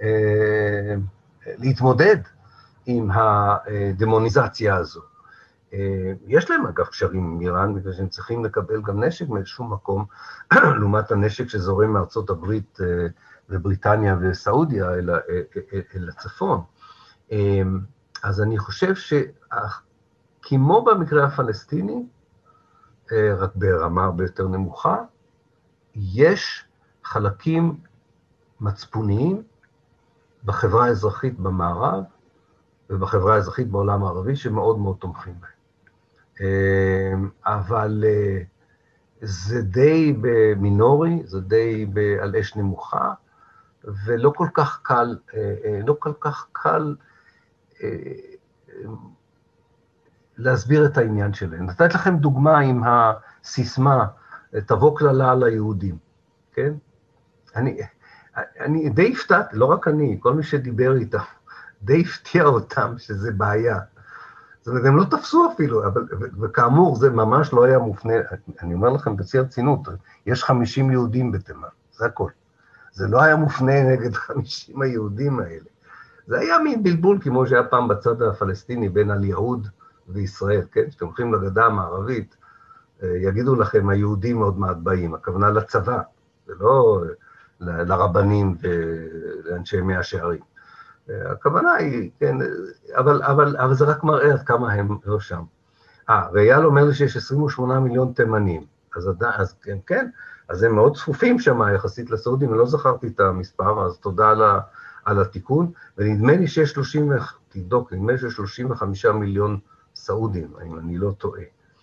להתמודד עם הדמוניזציה הזו. יש להם אגב קשרים עם איראן, בגלל שהם צריכים לקבל גם נשק מאיזשהו מקום, לעומת הנשק שזורם מארצות הברית ובריטניה וסעודיה אל הצפון. אז אני חושב שכמו במקרה הפלסטיני, רק ברמה הרבה יותר נמוכה, יש חלקים מצפוניים בחברה האזרחית במערב, ובחברה האזרחית בעולם הערבי, שמאוד מאוד תומכים בהם. אבל זה די במינורי, זה די על אש נמוכה, ולא כל כך קל, להסביר את העניין שלהם. נתת לכם דוגמה עם הסיסמה, תבוא כללה על היהודים, כן? אני די הפתעת, לא רק אני, כל מי שדיבר איתם, די הפתיע אותם שזה בעיה. זאת אומרת, הם לא תפסו אפילו, וכאמור, זה ממש לא היה מופנה, אני אומר לכם בשיא הרצינות, יש 50 יהודים בתימן, זה הכל. זה לא היה מופנה נגד 50 היהודים האלה. זה היה מין בלבול, כמו שהיה פעם בצד הפלסטיני, בין על יהוד וישראל, כן? שאתם הולכים לגדה המערבית, יגידו לכם, היהודים עוד מעט באים, הכוונה לצבא, זה לא לרבנים ולאנשי מאה שערים. הכוונה היא, כן, אבל זה רק מראה עד כמה הם לא שם. ואייל אומר לי שיש 28 מיליון תימנים, אז כן, אז הם מאוד צפופים שם יחסית לסעודים, אני לא זכרתי את המספר, אז תודה על התיקון, ונדמה לי שיש 35 מיליון סעודים, אם אני לא טועה.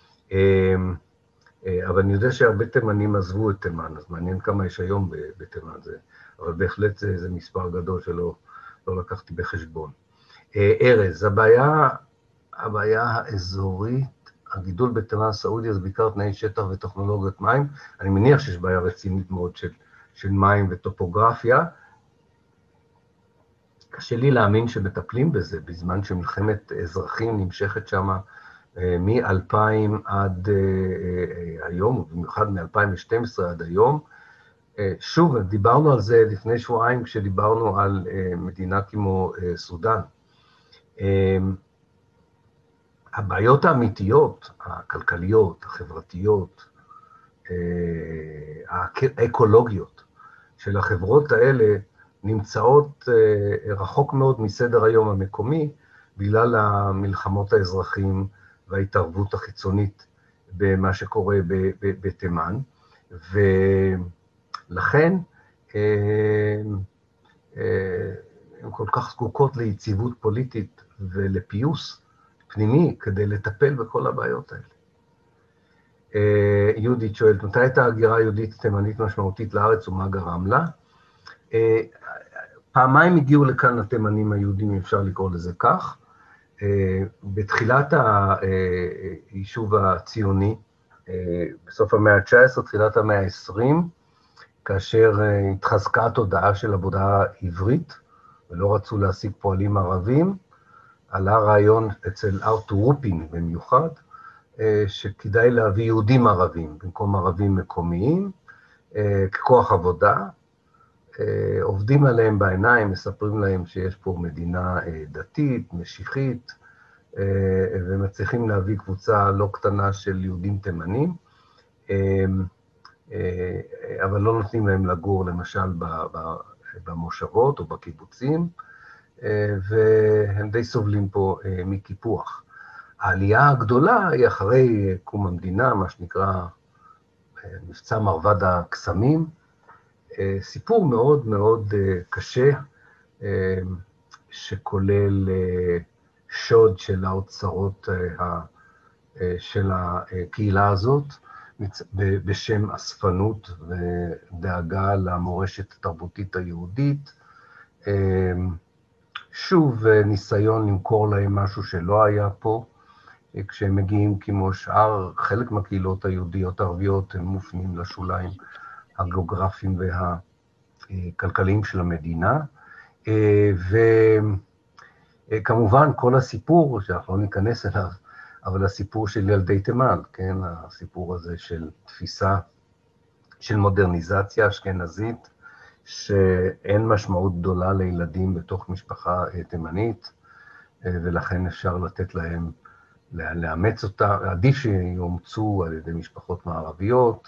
אבל אני יודע שהרבה תימנים עזבו את תימן, אז מעניין כמה יש היום בתימן, אבל בהחלט זה מספר גדול שלא לקחתי בחשבון. ארז, הבעיה האזורית, הגידול בתימן הסעודיה, זה בעיקר תנאי שטח וטכנולוגיות מים, אני מניח שיש בעיה רצינית מאוד של מים וטופוגרפיה, קשה לי להאמין שמטפלים בזה, בזמן שמלחמת אזרחים נמשכת שם מ-2000 עד היום, ובמיוחד מ-2012 עד היום. שוב, דיברנו על זה לפני שבועיים, כשדיברנו על מדינה כמו סודן. הבעיות האמיתיות, הכלכליות, החברתיות, האקולוגיות של החברות האלה, נמצאות רחוק מאוד מסדר היום המקומי, בגלל המלחמות האזרחים וההתערבות החיצונית במה שקורה בתימן, ולכן הן כל כך זקוקות ליציבות פוליטית ולפיוס פנימי כדי לטפל בכל הבעיות האלה. יהודית שואלת, מתי הייתה הגירה היהודית תימנית משמעותית לארץ ומה גרם לה? פעמיים הגיעו לכאן התימנים היהודים, אם אפשר לקרוא לזה כך. בתחילת היישוב הציוני, בסוף המאה ה-19, תחילת המאה ה-20, כאשר התחזקה התודעה של עבודה עברית, ולא רצו להשיג פועלים ערבים, עלה רעיון אצל ארתור רופין במיוחד, שכדאי להביא יהודים ערבים, במקום ערבים מקומיים, ככוח עבודה, עובדים עליהם בעיניים, מספרים להם שיש פה מדינה דתית, משיחית, ומצליחים להביא קבוצה לא קטנה של יהודים תימנים, אבל לא נותנים להם לגור למשל במושבות או בקיבוצים, והם די סובלים פה מקיפוח. העלייה הגדולה היא אחרי קום המדינה, מה שנקרא מבצע מרבד הקסמים, סיפור מאוד מאוד קשה, שכולל שוד של האוצרות של הקהילה הזאת, בשם אספנות ודאגה למורשת התרבותית היהודית. שוב ניסיון למכור להם משהו שלא היה פה, כשהם מגיעים כמו שאר, חלק מהקהילות היהודיות הערביות הם מופנים לשוליים הגיאוגרפיים והכלכליים של המדינה, וכמובן כל הסיפור, שאנחנו לא ניכנס אליו, אבל הסיפור של ילדי תימן, כן, הסיפור הזה של תפיסה של מודרניזציה אשכנזית, שאין משמעות גדולה לילדים בתוך משפחה תימנית, ולכן אפשר לתת להם, לאמץ אותה, עדיף שיומצאו על ידי משפחות מערביות,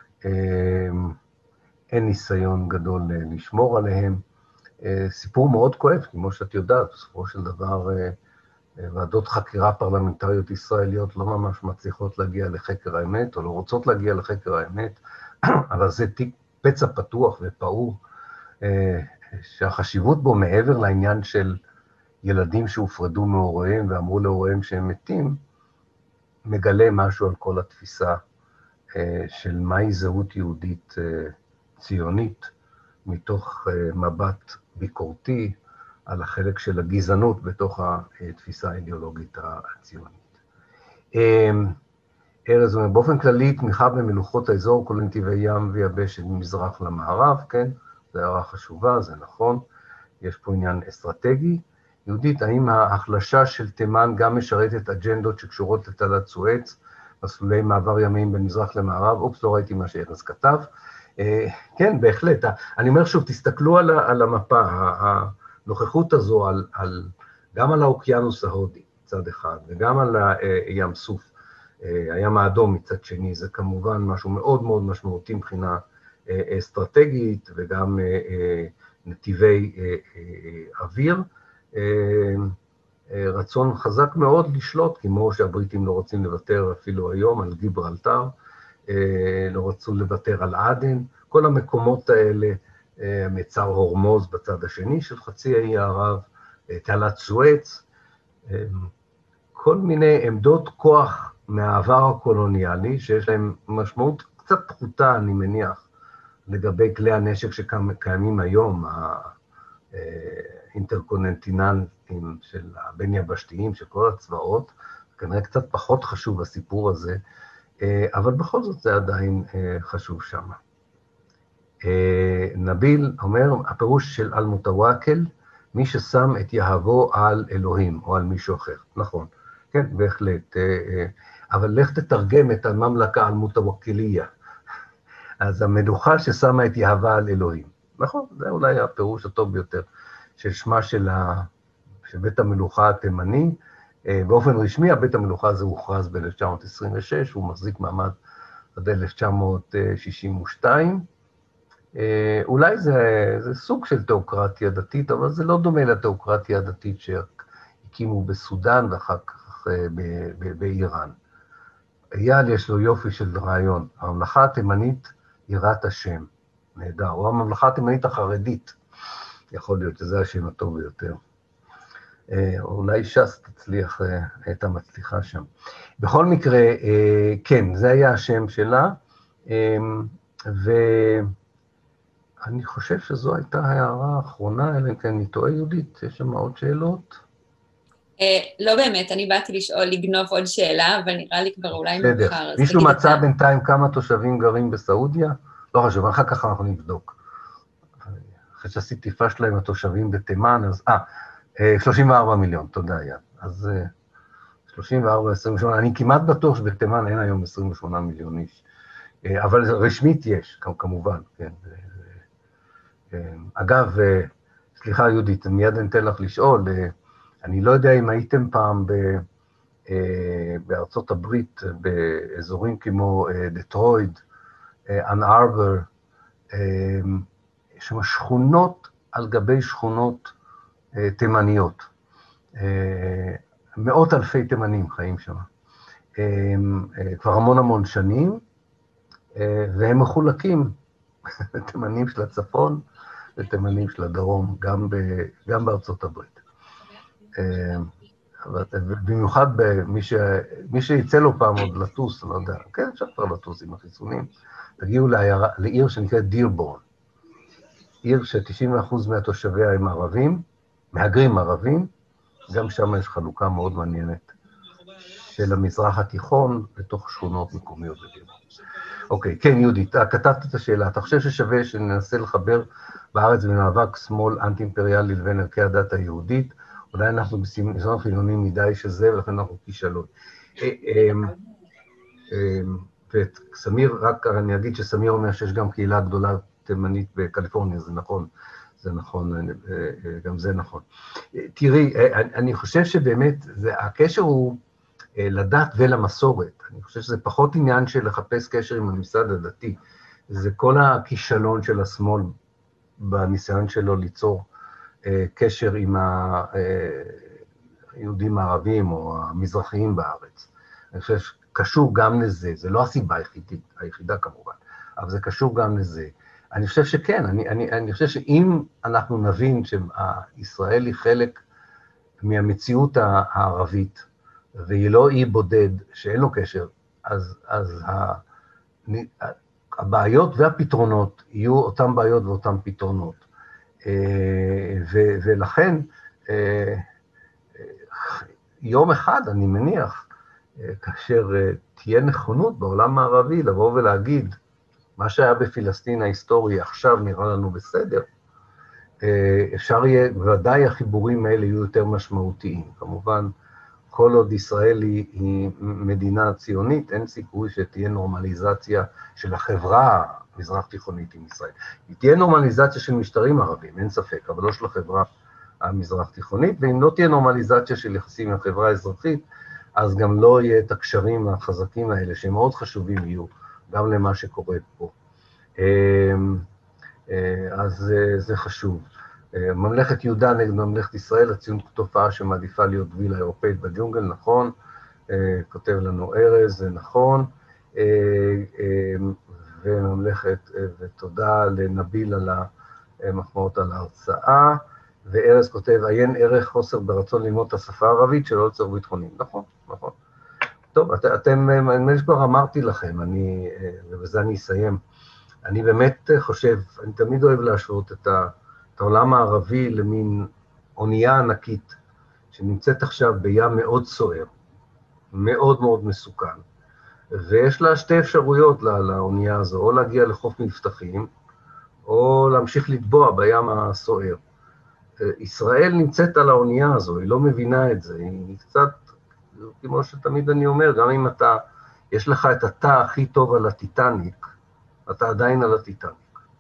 אין ניסיון גדול לשמור עליהם. סיפור מאוד כואב, כמו שאת יודעת, בסופו של דבר, ועדות חקירה פרלמנטריות ישראליות לא ממש מצליחות להגיע לחקר האמת, או לא רוצות להגיע לחקר האמת, אבל זה תיק פצע פתוח ופעור, שהחשיבות בו מעבר לעניין של ילדים שהופרדו מהוריהם ואמרו להוריהם שהם מתים, מגלה משהו על כל התפיסה של מהי זהות יהודית ציונית, מתוך מבט ביקורתי על החלק של הגזענות בתוך התפיסה האידיאולוגית הציונית. ארז אומר, באופן כללי, תמיכה במלוכות האזור, כולל נתיבי ים ויבשת ממזרח למערב, כן? זו הערה חשובה, זה נכון. יש פה עניין אסטרטגי. יהודית, האם ההחלשה של תימן גם משרתת אג'נדות שקשורות לתעלת סואץ, מסלולי מעבר ימיים בין מזרח למערב? אופס, לא ראיתי מה שארז כתב. כן, בהחלט. אני אומר שוב, תסתכלו על המפה, הנוכחות הזו גם על האוקיינוס ההודי, מצד אחד, וגם על ים סוף, הים האדום מצד שני, זה כמובן משהו מאוד מאוד משמעותי מבחינה אסטרטגית, וגם נתיבי אוויר, רצון חזק מאוד לשלוט, כמו שהבריטים לא רוצים לוותר אפילו היום על גיברלטר, לא רצו לוותר על עדן, כל המקומות האלה, מצר הורמוז בצד השני של חצי האי ערב, תעלת סואץ, כל מיני עמדות כוח מהעבר הקולוניאלי, שיש להם משמעות קצת פחותה, אני מניח, לגבי כלי הנשק שקיימים היום, האינטרקונטיננטיים של הבין יבשתיים, של כל הצבאות, כנראה קצת פחות חשוב הסיפור הזה, אבל בכל זאת זה עדיין חשוב שם. נביל אומר, הפירוש של אל-מותוואקל, מי ששם את יהבו על אלוהים, או על מישהו אחר. נכון, כן, בהחלט. אבל לך תתרגם את הממלכה אל-מותוואקליה. אז המלוכה ששמה את יהבה על אלוהים. נכון, זה אולי הפירוש הטוב ביותר, של שמה של בית המלוכה התימני. באופן רשמי, הבית המלוכה הזה הוכרז ב-1926, הוא מחזיק מעמד עד 1962. אולי זה סוג של תיאוקרטיה דתית, אבל זה לא דומה לתיאוקרטיה הדתית שהקימו בסודן ואחר כך באיראן. אייל יש לו יופי של רעיון, הממלכה התימנית יראת השם, נהדר, או הממלכה התימנית החרדית, יכול להיות שזה השם הטוב ביותר. אולי ש"ס תצליח, הייתה מצליחה שם. בכל מקרה, כן, זה היה השם שלה, ואני חושב שזו הייתה הערה האחרונה, אלא כן, אני טועה יהודית, יש שם עוד שאלות? לא באמת, אני באתי לשאול, לגנוב עוד שאלה, אבל נראה לי כבר אולי מאוחר. מישהו מצא בינתיים כמה תושבים גרים בסעודיה? לא חשוב, אחר כך אנחנו נבדוק. אחרי שעשיתי פשלה עם התושבים בתימן, אז 34 מיליון, תודה יד. אז 34, 28, אני כמעט בטוח שבתימן אין היום 28 מיליון איש. אבל רשמית יש, כמובן, כן. אגב, סליחה יהודית, מיד אני אתן לך לשאול, אני לא יודע אם הייתם פעם בארצות הברית, באזורים כמו דטרויד, אנ ארבר, יש שם שכונות על גבי שכונות תימניות. מאות אלפי תימנים חיים שם. כבר המון שנים, והם מחולקים, תימנים של הצפון ותימנים של הדרום, גם בארצות הברית. במיוחד מי שיצא לו פעם עוד לטוס, לא יודע, כן, אפשר כבר לטוס עם החיסונים, תגיעו לעיר שנקראת דירבורן, עיר ש90% מהתושביה הם ערבים, מהגרים ערבים, גם שם יש חלוקה מאוד מעניינת של המזרח התיכון לתוך שכונות מקומיות בדירבורן. אוקיי, כן, יהודית, כתבת את השאלה, אתה חושב ששווה שננסה לחבר בארץ במאבק שמאל אנטי-אימפריאלי לבין ערכי הדת היהודית, אולי אנחנו בסגנון חילונים מדי שזה, ולכן אנחנו כישלון. וסמיר, רק אני אגיד שסמיר אומר שיש גם קהילה גדולה תימנית בקליפורניה, זה נכון, גם זה נכון. תראי, אני חושב שבאמת הקשר הוא לדת ולמסורת. אני חושב שזה פחות עניין של לחפש קשר עם הממסד הדתי, זה כל הכישלון של השמאל בניסיון שלו ליצור קשר עם היהודים הערבים או המזרחיים בארץ. אני חושב שקשור גם לזה, זה לא הסיבה היחידה כמובן, אבל זה קשור גם לזה. אני חושב שכן, אני חושב שאם אנחנו נבין שישראל היא חלק מהמציאות הערבית, והיא לא אי בודד שאין לו קשר, אז הבעיות והפתרונות יהיו אותם בעיות ואותם פתרונות. ולכן, יום אחד, אני מניח, כאשר תהיה נכונות בעולם הערבי לבוא ולהגיד, מה שהיה בפלסטין ההיסטורי עכשיו נראה לנו בסדר, אפשר יהיה, ודאי החיבורים האלה יהיו יותר משמעותיים. כמובן, כל עוד ישראל היא מדינה ציונית, אין סיכוי שתהיה נורמליזציה של החברה המזרח תיכונית עם ישראל. היא תהיה נורמליזציה של משטרים ערבים, אין ספק, אבל לא של החברה המזרח תיכונית, ואם לא תהיה נורמליזציה של יחסים עם החברה האזרחית, אז גם לא יהיה את הקשרים החזקים האלה, שהם מאוד חשובים יהיו, גם למה שקורה פה. אז זה חשוב. ממלכת יהודה נגד ממלכת ישראל, הציון תופעה שמעדיפה להיות וילה אירופאית בג'ונגל, נכון, כותב לנו ארז, זה נכון, וממלכת, ותודה לנביל על המחמאות על ההרצאה, וארז כותב, עיין ערך חוסר ברצון ללמוד את השפה הערבית שלא לצורך ביטחוניים, נכון, נכון. טוב, אתם, אני כבר אמרתי לכם, ובזה אני אסיים, אני באמת חושב, אני תמיד אוהב להשוות את העולם הערבי למין אונייה ענקית, שנמצאת עכשיו בים מאוד סוער, מאוד מאוד מסוכן, ויש לה שתי אפשרויות לאונייה הזו, או להגיע לחוף מבטחים, או להמשיך לטבוע בים הסוער. ישראל נמצאת על האונייה הזו, היא לא מבינה את זה, היא קצת, כמו שתמיד אני אומר, גם אם יש לך את התא הכי טוב על הטיטניק, אתה עדיין על הטיטניק.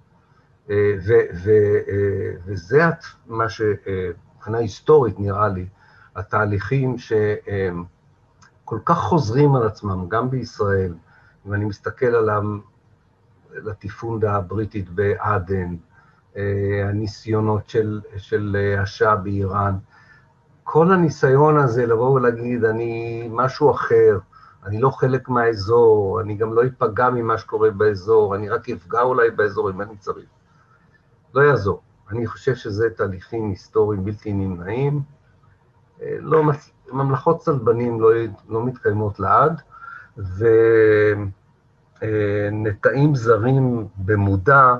וזה מה שמבחינה היסטורית נראה לי, התהליכים שכל כך חוזרים על עצמם, גם בישראל, אם אני מסתכל על הטיפונדה הבריטית בעדן, הניסיונות של השאה באיראן, כל הניסיון הזה לבוא ולהגיד, אני משהו אחר, אני לא חלק מהאזור, אני גם לא אפגע ממה שקורה באזור, אני רק אפגע אולי באזור אם אני צריך. לא יעזור. אני חושב שזה תהליכים היסטוריים בלתי נמנעים. ממלכות צלבנים לא מתקיימות לעד, ונטעים זרים במודע,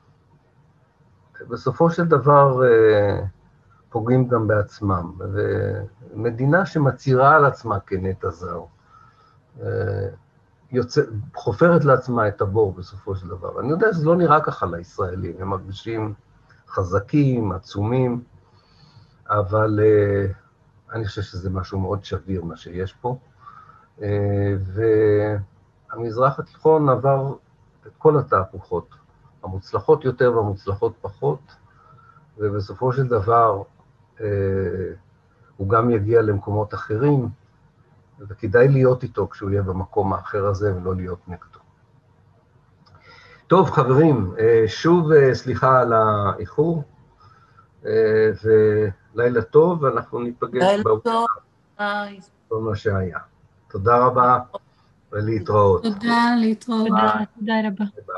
בסופו של דבר פוגעים גם בעצמם. ומדינה שמצהירה על עצמה כנטע זר, חופרת לעצמה את הבור בסופו של דבר. אני יודע שזה לא נראה ככה לישראלים, הם מרגישים חזקים, עצומים, אבל אני חושב שזה משהו מאוד שביר מה שיש פה. והמזרח התיכון עבר את כל התהפוכות, המוצלחות יותר והמוצלחות פחות, ובסופו של דבר הוא גם יגיע למקומות אחרים, וכדאי להיות איתו כשהוא יהיה במקום האחר הזה ולא להיות נגדו. טוב, חברים, שוב סליחה על האיחור, ולילה טוב, ואנחנו ניפגש במה שהיה. תודה רבה ולהתראות. תודה, להתראות. תודה רבה. ביי.